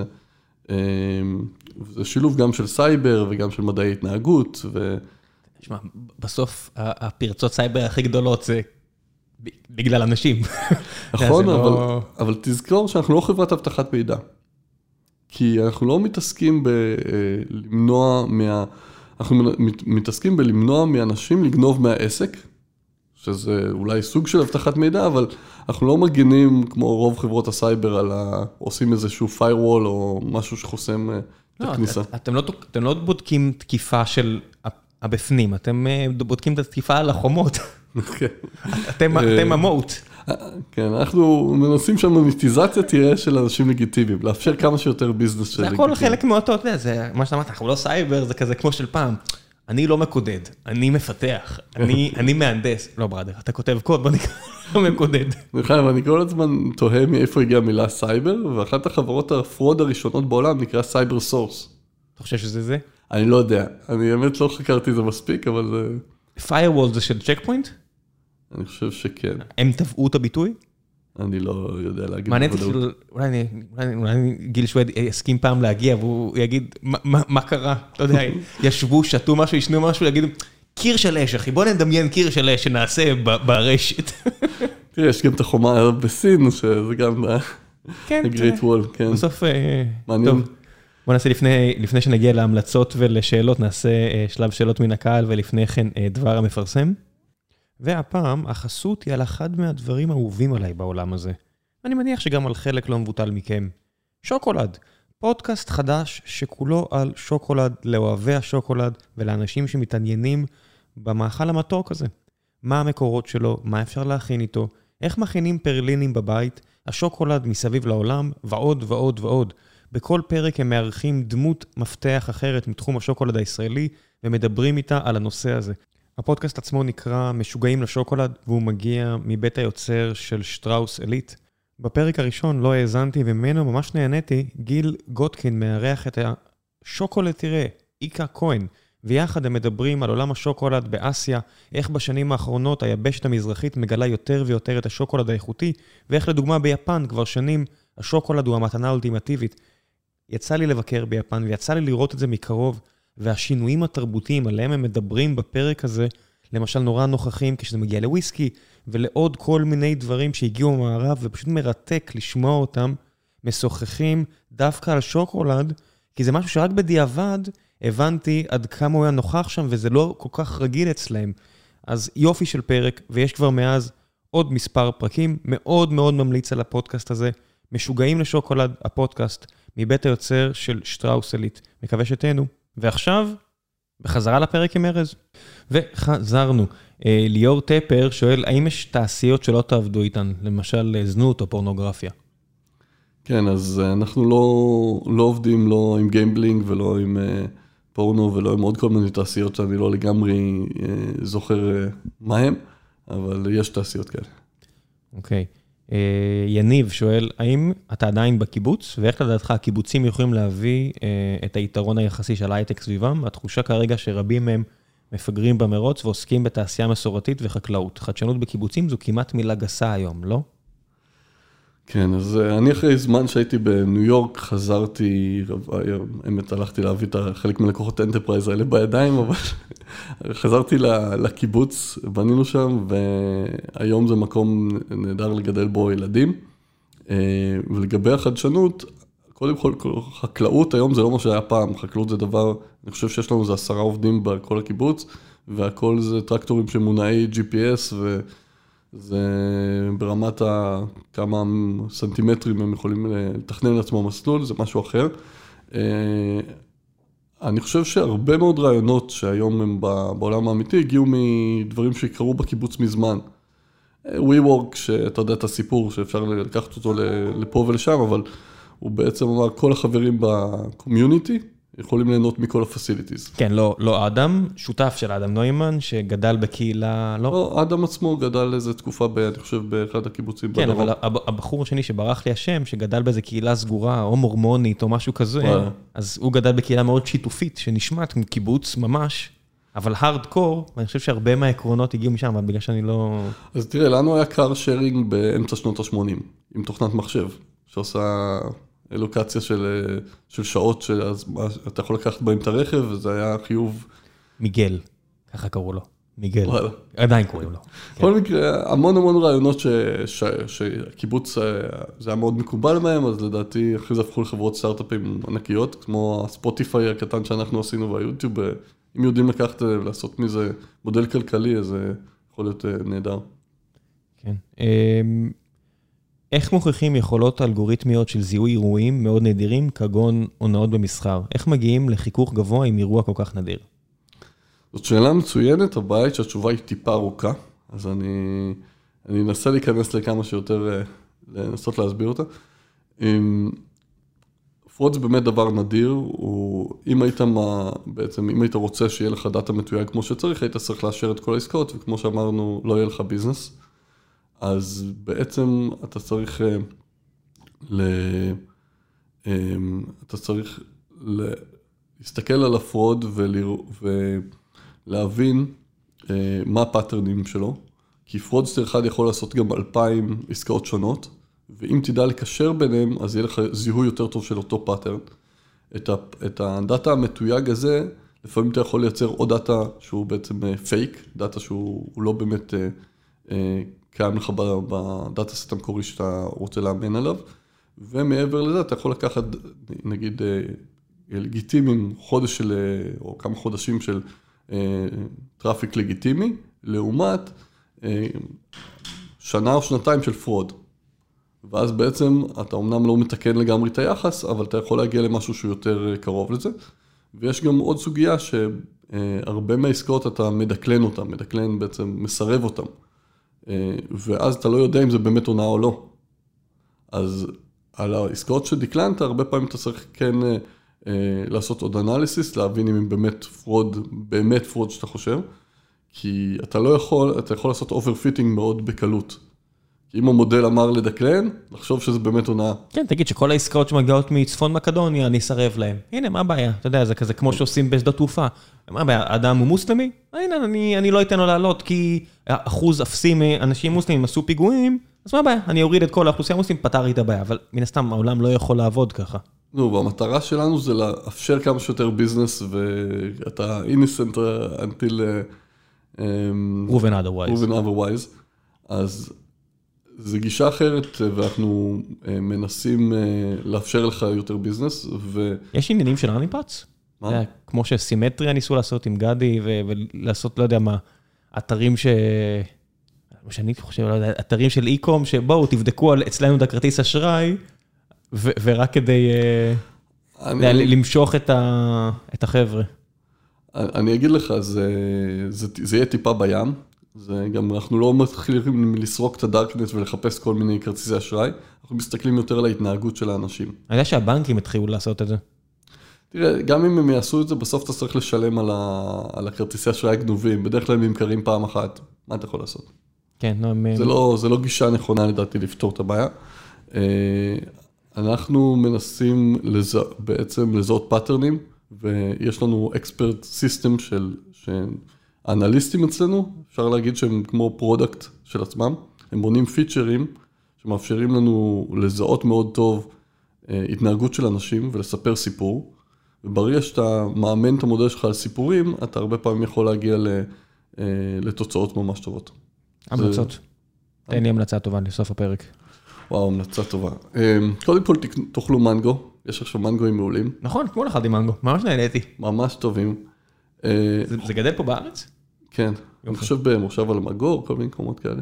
זה שילוב גם של סייבר וגם של מדעי התנהגות. ו... תשמע, בסוף הפרצות סייבר הכי גדולות זה בגלל אנשים. נכון, אבל, לא... אבל תזכור שאנחנו לא חברת הבטחת מידע. כי אנחנו לא מתעסקים בלמנוע מה... אנחנו מתעסקים בלמנוע מאנשים לגנוב מהעסק, שזה אולי סוג של הבטחת מידע, אבל אנחנו לא מגנים כמו רוב חברות הסייבר על ה... עושים איזשהו firewall או משהו שחוסם את הכניסה. אתם לא, אתם לא בודקים תקיפה של הבפנים, אתם בודקים את התקיפה על החומות. אתם, אתם המוט. כן, אנחנו מנסים שהמוניטיזציה תהיה של אנשים לגיטימיים, לאפשר כמה שיותר ביזנס של לגיטימיים. זה הכל חלק מאותו, זה מה שאתה אמרת, אנחנו לא סייבר, זה כזה כמו של פעם. אני לא מקודד, אני מפתח, אני, אני מהנדס. לא בראדר, אתה כותב קוד, בוא נקרא, לא מקודד. נכון, ואני כל הזמן תוהה מאיפה הגיעה המילה סייבר, ואחת החברות הפרוד הראשונות בעולם נקרא סייבר סורס. אתה חושב שזה זה? אני לא יודע, אני באמת לא חקרתי זה מספיק, אבל זה... firewall זה של צ'ק פוינט? אני חושב שכן. הם טבעו את הביטוי? אני לא יודע להגיד. מעניין אותי, אולי גיל שוויד יסכים פעם להגיע, והוא יגיד, מה קרה? אתה יודע, ישבו, שתו משהו, ישנו משהו, יגידו, קיר של אש, אחי, בוא נדמיין קיר של אש שנעשה ברשת. תראה, יש גם את החומה בסין, שזה גם הגרייט וול, כן. בסוף, טוב, בוא נעשה לפני שנגיע להמלצות ולשאלות, נעשה שלב שאלות מן הקהל, ולפני כן דבר המפרסם. והפעם החסות היא על אחד מהדברים האהובים עליי בעולם הזה. אני מניח שגם על חלק לא מבוטל מכם. שוקולד, פודקאסט חדש שכולו על שוקולד לאוהבי השוקולד ולאנשים שמתעניינים במאכל המתוק הזה. מה המקורות שלו, מה אפשר להכין איתו, איך מכינים פרלינים בבית, השוקולד מסביב לעולם ועוד ועוד ועוד. בכל פרק הם מארחים דמות מפתח אחרת מתחום השוקולד הישראלי ומדברים איתה על הנושא הזה. הפודקאסט עצמו נקרא משוגעים לשוקולד, והוא מגיע מבית היוצר של שטראוס אליט. בפרק הראשון לא האזנתי וממנו ממש נהניתי, גיל גוטקין מארח את השוקולד תראה, איקה כהן, ויחד הם מדברים על עולם השוקולד באסיה, איך בשנים האחרונות היבשת המזרחית מגלה יותר ויותר את השוקולד האיכותי, ואיך לדוגמה ביפן כבר שנים השוקולד הוא המתנה האולטימטיבית. יצא לי לבקר ביפן ויצא לי לראות את זה מקרוב, והשינויים התרבותיים עליהם הם מדברים בפרק הזה, למשל נורא נוכחים כשזה מגיע לוויסקי, ולעוד כל מיני דברים שהגיעו מהמערב, ופשוט מרתק לשמוע אותם, משוחחים דווקא על שוקולד, כי זה משהו שרק בדיעבד הבנתי עד כמה הוא היה נוכח שם, וזה לא כל כך רגיל אצלהם. אז יופי של פרק, ויש כבר מאז עוד מספר פרקים, מאוד מאוד ממליץ על הפודקאסט הזה, משוגעים לשוקולד, הפודקאסט, מבית היוצר של שטראוס אליט. מקווה שתהנו. ועכשיו, בחזרה לפרק עם ארז. וחזרנו. ליאור טפר שואל, האם יש תעשיות שלא תעבדו איתן? למשל, זנות או פורנוגרפיה? כן, אז אנחנו לא, לא עובדים לא עם גיימבלינג ולא עם uh, פורנו ולא עם עוד כל מיני תעשיות שאני לא לגמרי uh, זוכר uh, מה הם, אבל יש תעשיות כאלה. אוקיי. Okay. יניב שואל, האם אתה עדיין בקיבוץ, ואיך לדעתך הקיבוצים יכולים להביא את היתרון היחסי של הייטק סביבם? התחושה כרגע שרבים מהם מפגרים במרוץ ועוסקים בתעשייה מסורתית וחקלאות. חדשנות בקיבוצים זו כמעט מילה גסה היום, לא? כן, אז אני אחרי זמן שהייתי בניו יורק, חזרתי, האמת הלכתי להביא את חלק מלקוחות האנטרפרייז האלה בידיים, אבל חזרתי לקיבוץ, בנינו שם, והיום זה מקום נהדר לגדל בו ילדים. ולגבי החדשנות, קודם כל, חקלאות היום זה לא מה שהיה פעם, חקלאות זה דבר, אני חושב שיש לנו זה עשרה עובדים בכל הקיבוץ, והכל זה טרקטורים שמונעי ג'י פי אס, וזה ברמת כמה סנטימטרים הם יכולים לתכנן לעצמו מסלול, זה משהו אחר. אני חושב שהרבה מאוד רעיונות שהיום הם בעולם האמיתי, הגיעו מדברים שקרו בקיבוץ מזמן. WeWork, שאתה יודע את הסיפור, שאפשר לקחת אותו לפה ולשם, אבל הוא בעצם אמר, כל החברים בקומיוניטי יכולים ליהנות מכל הפסיליטיז. כן, לא, לא אדם, שותף של אדם נוימן, שגדל בקהילה, לא? לא, אדם עצמו גדל איזו תקופה, ב, אני חושב, באחד הקיבוצים כן, בדרום. אבל הבחור השני שברח לי השם, שגדל באיזו קהילה סגורה, או מורמונית, או משהו כזה, אז הוא גדל בקהילה מאוד שיתופית, שנשמעת קיבוץ ממש, אבל הארדקור, ואני חושב שהרבה מהעקרונות הגיעו משם, אבל בגלל שאני לא... אז תראה, לנו היה קאר שיירינג באמצע שנות ה-שמונים, עם תוכנת מחשב, שעושה אלוקציה של, של שעות, שאז אתה יכול לקחת בהם את הרכב, וזה היה חיוב... מיגל, ככה קראו לו, מיגל. וואלה. עדיין קוראים לו. בכל מקרה, המון המון רעיונות ש, ש, שהקיבוץ, זה היה מאוד מקובל מהם, אז לדעתי אחרי זה הפכו לחברות סטארט-אפים ענקיות, כמו הספוטיפיי הקטן שאנחנו עשינו ביוטיוב, אם יודעים לקחת ולעשות מזה מודל כלכלי, אז זה יכול להיות נהדר. כן. איך מוכיחים יכולות אלגוריתמיות של זיהוי אירועים מאוד נדירים, כגון הונאות במסחר? איך מגיעים לחיכוך גבוה עם אירוע כל כך נדיר? זאת שאלה מצוינת, הבית שהתשובה היא טיפה ארוכה, אז אני, אני אנסה להיכנס לכמה שיותר, לנסות להסביר אותה. פרוד זה באמת דבר נדיר, הוא, אם היית מה, בעצם, אם היית רוצה שיהיה לך דאטה מתויג כמו שצריך, היית צריך לאשר את כל העסקאות, וכמו שאמרנו, לא יהיה לך ביזנס. אז בעצם אתה צריך ל... אתה צריך להסתכל על הפרוד ולהבין מה הפאטרנים שלו, כי פרודסטר אחד יכול לעשות גם אלפיים עסקאות שונות, ואם תדע לקשר ביניהם, אז יהיה לך זיהוי יותר טוב של אותו פאטרן. את, ה, את הדאטה המתויג הזה, לפעמים אתה יכול לייצר עוד דאטה שהוא בעצם פייק, דאטה שהוא לא באמת קיים לך בדאטה סט המקורי שאתה רוצה לאמן עליו, ומעבר לזה אתה יכול לקחת, נגיד, לגיטימיים, חודש של, או כמה חודשים של טראפיק לגיטימי, לעומת שנה או שנתיים של פרוד. ואז בעצם אתה אומנם לא מתקן לגמרי את היחס, אבל אתה יכול להגיע למשהו שהוא יותר קרוב לזה. ויש גם עוד סוגיה שהרבה מהעסקאות אתה מדקלן אותם, מדקלן בעצם מסרב אותם. ואז אתה לא יודע אם זה באמת עונה או לא. אז על העסקאות שדקלנת, הרבה פעמים אתה צריך כן לעשות עוד אנליסיס, להבין אם הם באמת פרוד, באמת פרוד שאתה חושב. כי אתה לא יכול, אתה יכול לעשות אוברפיטינג מאוד בקלות. כי אם המודל אמר לדקלן, לחשוב שזה באמת עונה. כן, תגיד שכל העסקאות שמגיעות מצפון מקדוניה, אני אסרב להם. הנה, מה הבעיה? אתה יודע, זה כזה כמו שעושים בשדות תעופה. מה הבעיה? אדם הוא מוסלמי? הנה, אני, אני לא אתן לו לעלות, כי אחוז אפסי מאנשים מוסלמים עשו פיגועים, אז מה הבעיה? אני אוריד את כל האוכלוסייה המוסלמית, פתרתי את הבעיה, אבל מן הסתם העולם לא יכול לעבוד ככה. נו, והמטרה שלנו זה לאפשר כמה שיותר ביזנס, ואתה innocent until proven otherwise. proven otherwise. אז זה גישה אחרת, ואנחנו מנסים לאפשר לך יותר ביזנס. ו... יש עניינים של הניפץ? מה? כמו שסימטריה ניסו לעשות עם גדי, ולעשות, לא יודע מה, אתרים ש... שאני חושב, לא יודע, אתרים של אי-קום, שבואו, תבדקו אצלנו את הכרטיס אשראי, ורק כדי למשוך את החבר'ה. אני אגיד לך, זה יהיה טיפה בים, זה גם אנחנו לא מתחילים לסרוק את הדארקנט ולחפש כל מיני כרטיסי אשראי, אנחנו מסתכלים יותר על ההתנהגות של האנשים. אני יודע שהבנקים התחילו לעשות את זה. תראה, גם אם הם יעשו את זה, בסוף אתה צריך לשלם על, ה... על הכרטיסי אשראי הגנובים, בדרך כלל הם נמכרים פעם אחת, מה אתה יכול לעשות? כן, לא, הם... זה לא, זה לא גישה נכונה לדעתי לפתור את הבעיה. אנחנו מנסים לזה, בעצם לזהות פאטרנים, ויש לנו אקספרט סיסטם של... האנליסטים אצלנו, אפשר להגיד שהם כמו פרודקט של עצמם, הם בונים פיצ'רים שמאפשרים לנו לזהות מאוד טוב התנהגות של אנשים ולספר סיפור, וברגע שאתה מאמן את המודל שלך על סיפורים, אתה הרבה פעמים יכול להגיע לתוצאות ממש טובות. המלצות. תן לי המלצה טובה לסוף הפרק. וואו, המלצה טובה. קודם כל תאכלו מנגו, יש עכשיו מנגוים מעולים. נכון, כמו לך די מנגו, ממש נהניתי. ממש טובים. זה גדל פה בארץ? כן, אני חושב במושב על המגור, כל מיני מקומות כאלה.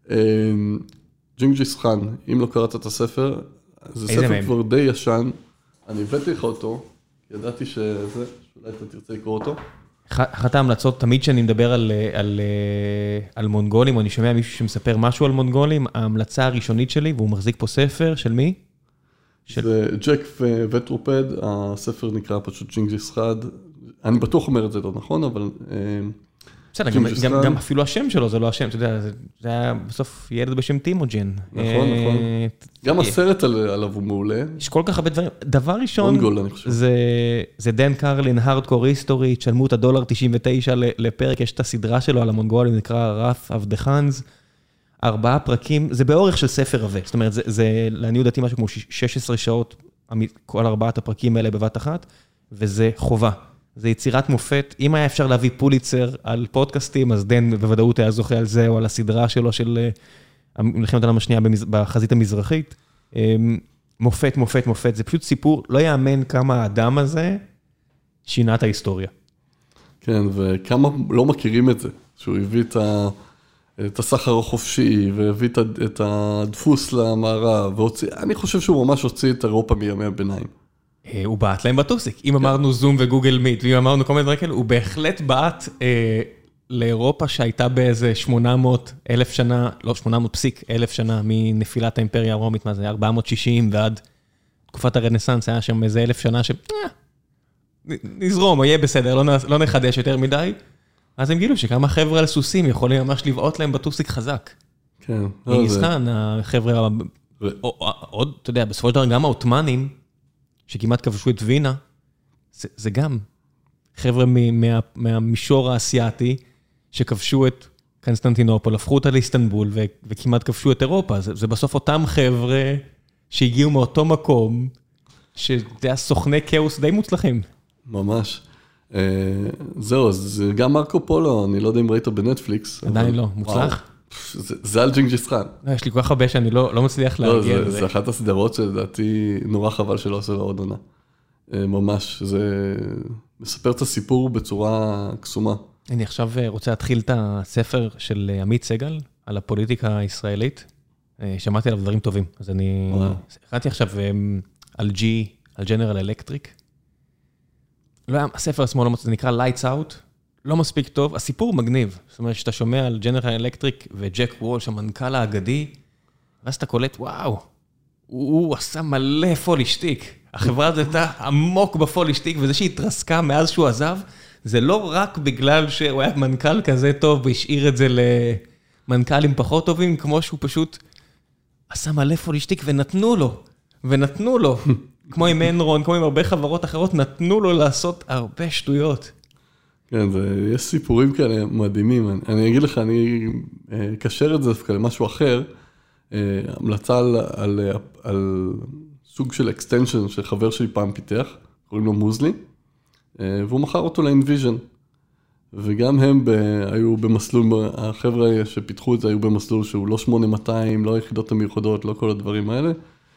ג'ינג'יס חאן, אם לא קראת את הספר, זה ספר כבר די ישן, אני הבאתי לך אותו, ידעתי שזה, שאולי אתה תרצה לקרוא אותו. אחת ההמלצות, תמיד שאני מדבר על, על, על מונגולים, או אני שומע מישהו שמספר משהו על מונגולים, ההמלצה הראשונית שלי, והוא מחזיק פה ספר, של מי? של... זה ג'ק וטרופד, הספר נקרא פשוט ג'ינג'יס חאן, אני בטוח אומר את זה לא נכון, אבל... בסדר, גם, גם, גם אפילו השם שלו זה לא השם, אתה יודע, זה, זה היה בסוף ילד בשם טימוג'ן. נכון, נכון. גם הסרט עליו הוא מעולה. יש כל כך הרבה דברים. דבר ראשון, מונגול, אני חושב. זה, זה דן קרלין, הארדקור היסטורי, תשלמו את הדולר תשעים ותשע לפרק, יש את הסדרה שלו על המונגולים, נקרא Wrath of the Huns, ארבעה פרקים, זה באורך של ספר רבה, זאת אומרת, זה, זה לעניות דעתי משהו כמו שש עשרה שעות, כל ארבעת הפרקים האלה בבת אחת, וזה חובה. זה יצירת מופת, אם היה אפשר להביא פוליצר על פודקאסטים, אז דן בוודאות היה זוכה על זה, או על הסדרה שלו של מלחמת העולם השנייה בחזית המזרחית. מופת, מופת, מופת, זה פשוט סיפור, לא יאמן כמה האדם הזה שינה את ההיסטוריה. כן, וכמה לא מכירים את זה, שהוא הביא את הסחר החופשי, והביא את הדפוס למערב, ואני חושב שהוא ממש הוציא את אירופה מימי הביניים. הוא בעט להם בטוסיק. אם אמרנו זום וגוגל מיט, ואם אמרנו כל מיני דברים כאלה, הוא בהחלט בעט לאירופה שהייתה באיזה שמונה מאות אלף שנה, לא שמונה מאות פסיק אלף שנה מנפילת האימפריה הרומית, מה זה, ארבע מאות שישים ועד תקופת הרנסנס, היה שם איזה אלף שנה ש... נזרום, יהיה בסדר, לא נחדש יותר מדי. אז הם גילו שכמה חבר'ה על סוסים יכולים ממש לבעוט להם בטוסיק חזק. כן. גינגיס חאן, החבר'ה... עוד, אתה יודע, בסופו של דבר גם העות'מאנים, שכמעט כבשו את וינה, זה, זה גם חבר'ה מה, מהמישור האסייתי, שכבשו את קונסטנטינופול, הפכו אותה לאיסטנבול, ו, וכמעט כבשו את אירופה. זה, זה בסוף אותם חבר'ה שהגיעו מאותו מקום, שזה היה סוכני כאוס די מוצלחים. ממש. אה, זהו, זה גם מרקו פולו, אני לא יודע אם ראית בנטפליקס. עדיין אבל... לא, מוצלח? זה, זה על ג'ינג'יס חאן. לא, יש לי כל כך הרבה שאני לא, לא מצליח לא, להגיע זה, לזה. זה אחת הסדרות שלדעתי נורא חבל שלא עושה לה עוד עונה. ממש, זה מספר את הסיפור בצורה קסומה. אני עכשיו רוצה להתחיל את הספר של עמית סגל, על הפוליטיקה הישראלית. שמעתי עליו דברים טובים, אז אני... החלטתי עכשיו על G, על ג'נרל אלקטריק. לא, הספר עצמו לא מצא, זה נקרא Lights Out. לא מספיק טוב, הסיפור מגניב, זאת אומרת שאתה שומע על ג'נרל אלקטריק וג'ק וולש, המנכ"ל האגדי, ואז אתה קולט, וואו, הוא, הוא עשה מלא פולישטיק, החברה הזאת הייתה עמוק בפולישטיק, וזה שהתרסקה מאז שהוא עזב, זה לא רק בגלל שהוא היה מנכ"ל כזה טוב, והשאיר את זה למנכ"לים פחות טובים, כמו שהוא פשוט עשה מלא פולישטיק, ונתנו לו, ונתנו לו, כמו עם אנרון, כמו עם הרבה חברות אחרות, נתנו לו לעשות הרבה שטויות. כן, זה, יש סיפורים כאלה מדהימים. אני, אני אגיד לך, אני אה, אקשר את זה דווקא למשהו אחר, אה, המלצה על, על, על, על סוג של אקסטנשן שחבר שלי פעם פיתח, קוראים לו מוזלי, אה, והוא מכר אותו לאינביז'ן. וגם הם ב, היו במסלול, החבר'ה שפיתחו את זה היו במסלול שהוא לא שמונה מאתיים, לא היחידות המיוחדות, לא כל הדברים האלה,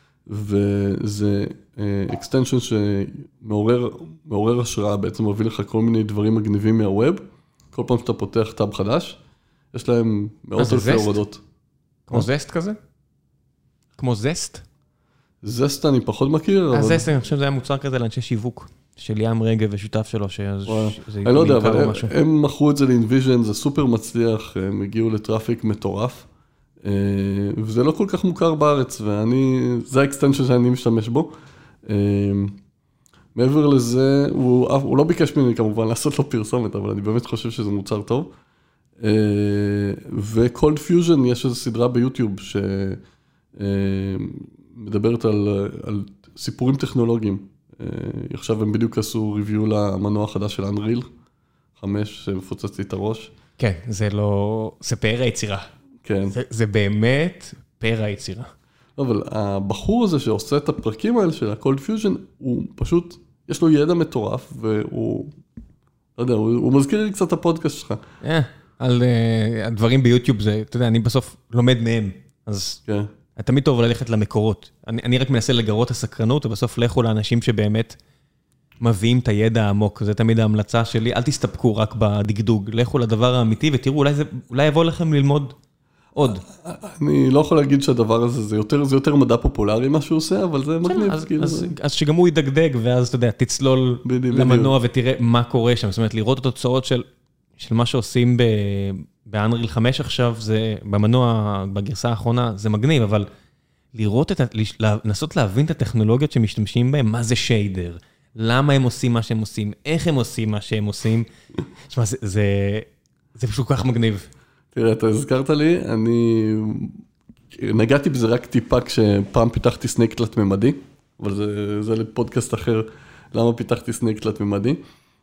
וזה אקסטנשן שמעורר מעורר השראה, בעצם מביא לך כל מיני דברים מגניבים מהווב, כל פעם שאתה פותח טאב חדש, יש להם מאות אלפי הורדות. כמו זסט כזה? כמו זסט? זסט אני פחות מכיר. הזסט, אני חושב שזה היה מוצר כזה לאנשי שיווק, של ים רגב ושותף שלו, אני לא יודע, אבל הם מכרו את זה לאינביז'ן, זה סופר מצליח, הם הגיעו לטראפיק מטורף, וזה לא כל כך מוכר בארץ, ואני, זה האקסטנשן שאני משתמש בו. מעבר לזה, הוא, הוא לא ביקש ממני כמובן לעשות לו פרסומת, אבל אני באמת חושב שזה מוצר טוב. ו-Cold Fusion, יש איזו סדרה ביוטיוב שמדברת על, על סיפורים טכנולוגיים. עכשיו הם בדיוק עשו ריוויו למנוע החדש של Unreal חמש, שמפוצצתי את הראש. כן, זה לא, זה פאר היצירה. כן. זה, זה באמת פאר היצירה. אבל הבחור הזה שעושה את הפרקים האלה של ה-Cold Fusion, הוא פשוט, יש לו ידע מטורף, והוא, לא יודע, הוא, הוא מזכיר לי קצת את הפודקאסט שלך. Yeah, על uh, הדברים ביוטיוב, זה, אתה יודע, אני בסוף לומד מהם, אז... כן. תמיד טוב ללכת למקורות. אני, אני רק מנסה לגרות את הסקרנות, ובסוף לכו לאנשים שבאמת מביאים את הידע העמוק. זה תמיד ההמלצה שלי. אל תסתפקו רק בדגדוג. לכו לדבר האמיתי, ותראו, אולי, זה, אולי יבוא לכם ללמוד עוד. אני לא יכול להגיד שהדבר הזה, זה יותר, זה יותר מדע פופולרי מה שהוא עושה, אבל זה מגניב. אז, אז, אז שגם הוא ידגדג, ואז אתה יודע, תצלול בדיוק, למנוע בדיוק. ותראה מה קורה שם. זאת אומרת, לראות את התוצאות של, של מה שעושים ב... באנריל חמש עכשיו, זה במנוע, בגרסה האחרונה, זה מגניב, אבל לראות את, לנסות להבין את הטכנולוגיות שמשתמשים בהן, מה זה שיידר, למה הם עושים מה שהם עושים, איך הם עושים מה שהם עושים, שמה, זה, זה, זה פשוט כל כך מגניב. תראה, אתה הזכרת לי, אני נגעתי בזה רק טיפה כשפעם פיתחתי סנייק תלת ממדי, אבל זה, זה לפודקאסט אחר, למה פיתחתי סנייק תלת ממדי.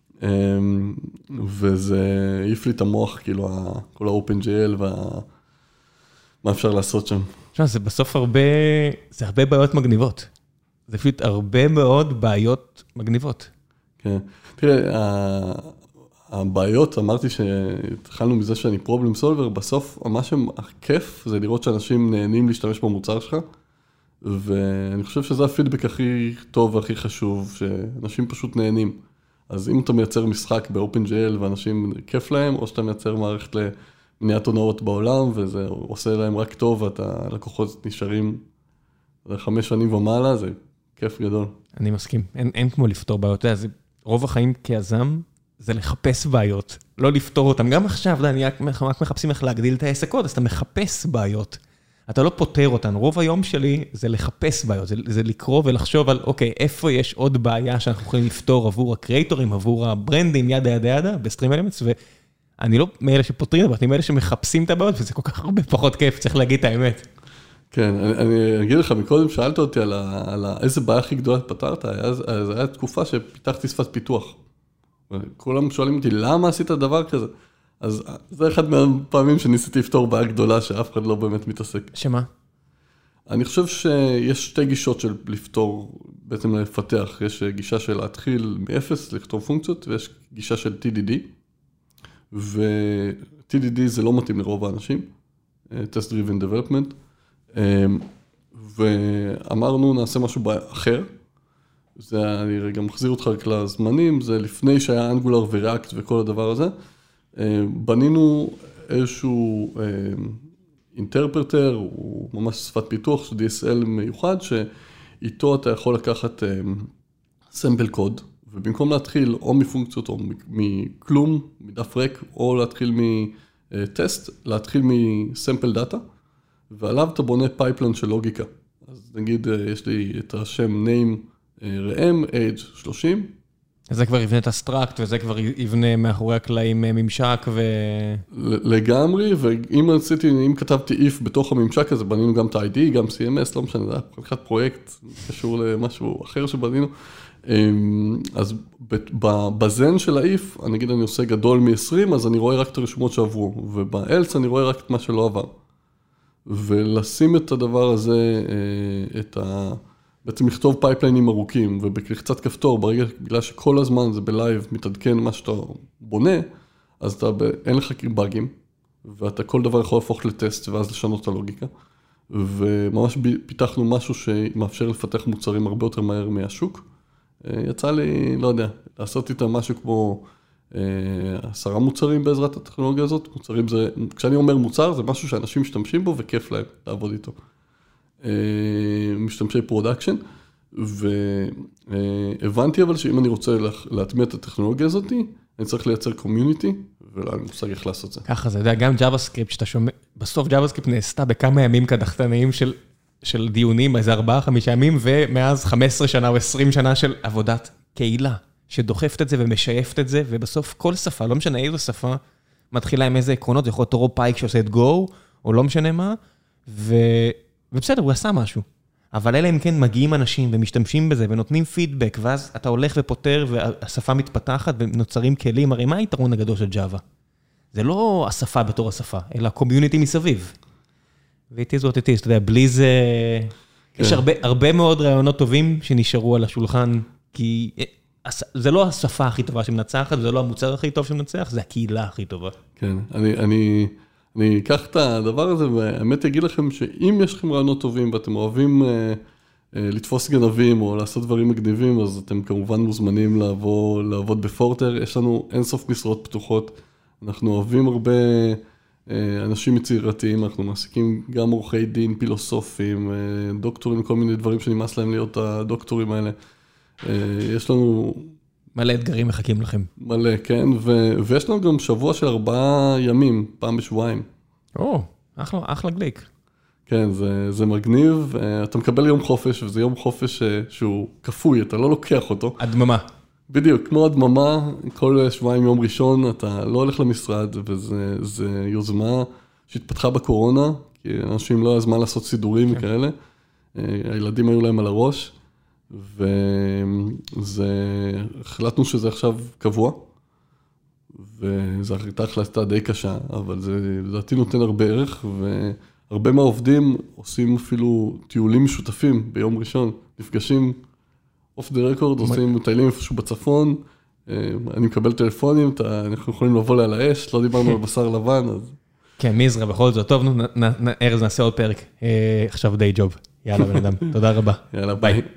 וזה העיף לי את המוח, כאילו, כל ה-OpenGL ומה אפשר לעשות שם. תשמע, זה בסוף הרבה, זה הרבה בעיות מגניבות. זה פשוט הרבה מאוד בעיות מגניבות. כן. תראה, הבעיות, אמרתי שהתחלנו מזה שאני פרובלם סולבר, בסוף מה שהכיף זה לראות שאנשים נהנים להשתמש במוצר שלך, ואני חושב שזה הפידבק הכי טוב והכי חשוב, שאנשים פשוט נהנים. אז אם אתה מייצר משחק ב-OpenGL ואנשים כיף להם, או שאתה מייצר מערכת למניעת הונאות בעולם, וזה עושה להם רק טוב, והלקוחות נשארים חמש שנים ומעלה, זה כיף גדול. אני מסכים, אין, אין כמו לפתור בעיות. זה, רוב החיים כיזם זה לחפש בעיות, לא לפתור אותם. גם עכשיו, אני רק מחפשים איך להגדיל את העסק עוד, אז אתה מחפש בעיות. אתה לא פותר אותן. רוב היום שלי זה לחפש בעיות, זה, זה לקרוא ולחשוב על, אוקיי, איפה יש עוד בעיה שאנחנו יכולים לפתור עבור הקריאטורים, עבור הברנדים, ידה ידה ידה, בסטרים אלמנטס, ואני לא מאלה שפותרים את הבעיות, אני מאלה שמחפשים את הבעיות, וזה כל כך הרבה פחות כיף, צריך להגיד את האמת. כן, אני, אני אגיד לך, מקודם שאלת אותי על, ה, על ה, איזה בעיה הכי גדולה פתרת, אז, אז היה תקופה שפיתחתי שפת פיתוח. וכולם שואלים אותי, למה עשית דבר כזה? אז זה אחד מהפעמים שניסיתי לפתור בעיה גדולה שאף אחד לא באמת מתעסק. שמה? אני חושב שיש שתי גישות של לפתור, בעצם לפתח. יש גישה של להתחיל מאפס, לכתוב פונקציות, ויש גישה של טי די די. ו-טי די די זה לא מתאים לרוב האנשים, Test Driven Development. ואמרנו נעשה משהו אחר. זה, אני רגע מחזיר אותך רק לזמנים, זה לפני שהיה אנגולר וריאקט וכל הדבר הזה. בנינו איזשהו אינטרפרטר, הוא ממש שפת פיתוח, די אס אל מיוחד, שאיתו אתה יכול לקחת סמפל קוד, ובמקום להתחיל או מפונקציות או מכלום, מדף ריק, או להתחיל מטסט, להתחיל מסמפל דאטה, ועליו אתה בונה פייפלן של לוגיקה. אז נגיד, יש לי את השם name, ראם, age שלושים, אז זה כבר יבנה את הסטרקט, וזה כבר יבנה מאחורי הקלעים ממשק ו... לגמרי, ואם רציתי, אם כתבתי if בתוך הממשק הזה, בנינו גם את ה-איי די, גם סי אם אס, לא משנה, זה היה כל אחד פרויקט קשור למשהו אחר שבנינו. אז בזן של ה-if, אני אגיד, אני עושה גדול מ-עשרים, אז אני רואה רק את הרשומות שעברו, וב-else אני רואה רק את מה שלא עבר. ולשים את הדבר הזה, את ה... בעצם לכתוב פייפליינים ארוכים, ובקליחצת כפתור, ברגע, בגלל שכל הזמן זה בלייב מתעדכן מה שאתה בונה, אז אתה, אין לך באגים, ואתה כל דבר יכול להפוך לטסט, ואז לשנות את הלוגיקה. וממש פיתחנו משהו שמאפשר לפתח מוצרים הרבה יותר מהר מהשוק. יצא לי, לא יודע, לעשות איתם משהו כמו עשרה מוצרים בעזרת הטכנולוגיה הזאת. מוצרים זה, כשאני אומר מוצר, זה משהו שאנשים משתמשים בו וכיף להם לעבוד איתו. משתמשי פרודקשן, והבנתי אבל שאם אני רוצה להטמיע את הטכנולוגיה הזאת, אני צריך לייצר קומיוניטי, ולא אני מושג איך לעשות זה. ככה זה, גם JavaScript, שאתה שומע, בסוף JavaScript נעשתה בכמה ימים קדחתניים של, של דיונים, איזה ארבעה, חמישה ימים, ומאז חמש עשרה שנה או עשרים שנה של עבודת קהילה, שדוחפת את זה ומשייפת את זה, ובסוף כל שפה, לא משנה איזו שפה, מתחילה עם איזה עקרונות, זה יכול להיות רוב פייק שעושה את Go, או לא משנה מה, ו... ובסדר, הוא עשה משהו. אבל אלה אם כן מגיעים אנשים ומשתמשים בזה ונותנים פידבק, ואז אתה הולך ופותר והשפה מתפתחת ונוצרים כלים. הרי מה היתרון הגדול של ג'אווה? זה לא השפה בתור השפה, אלא הקומיוניטי מסביב. ו-it is what it is, אתה יודע, בלי זה... יש הרבה, הרבה מאוד רעיונות טובים שנשארו על השולחן, כי זה לא השפה הכי טובה שמנצחת, זה לא המוצר הכי טוב שמנצח, זה הקהילה הכי טובה. כן, אני... אני... אני אקח את הדבר הזה, והאמת אגיד לכם שאם יש לכם רעיונות טובים, ואתם אוהבים לתפוס גנבים, או לעשות דברים מגניבים, אז אתם כמובן מוזמנים לעבור, לעבוד בפורטר. יש לנו אינסוף משרות פתוחות. אנחנו אוהבים הרבה אנשים יצירתיים, אנחנו מעסיקים גם עורכי דין, פילוסופים, דוקטורים, כל מיני דברים שנמאס להם להיות הדוקטורים האלה. יש לנו... מלא אתגרים מחכים לכם. מלא, כן, ו... ויש לנו גם שבוע של ארבעה ימים, פעם בשבועיים. או, אחלה, אחלה גליק. כן, זה, זה מגניב, אתה מקבל יום חופש, וזה יום חופש שהוא כפוי, אתה לא לוקח אותו. הדממה. בדיוק, כמו הדממה, כל שבועיים יום ראשון, אתה לא הולך למשרד, וזה יוזמה שהתפתחה בקורונה, כי אנשים לא היה זמן לעשות סידורים כן. וכאלה, הילדים היו להם על הראש, וזה, החלטנו שזה עכשיו קבוע, וזו הייתה החלטה די קשה, אבל זה לדעתי נותן הרבה ערך, והרבה מהעובדים עושים אפילו טיולים משותפים ביום ראשון, נפגשים אוף דה רקורד, עושים מטיילים איפשהו בצפון, אני מקבל טלפונים, אנחנו יכולים לבוא לה על האש, לא דיברנו על בשר לבן, אז... כן, מזרע, בכל זאת, טוב, ארז, נעשה עוד פרק, עכשיו די ג'וב, יאללה בן אדם, תודה רבה, יאללה, ביי.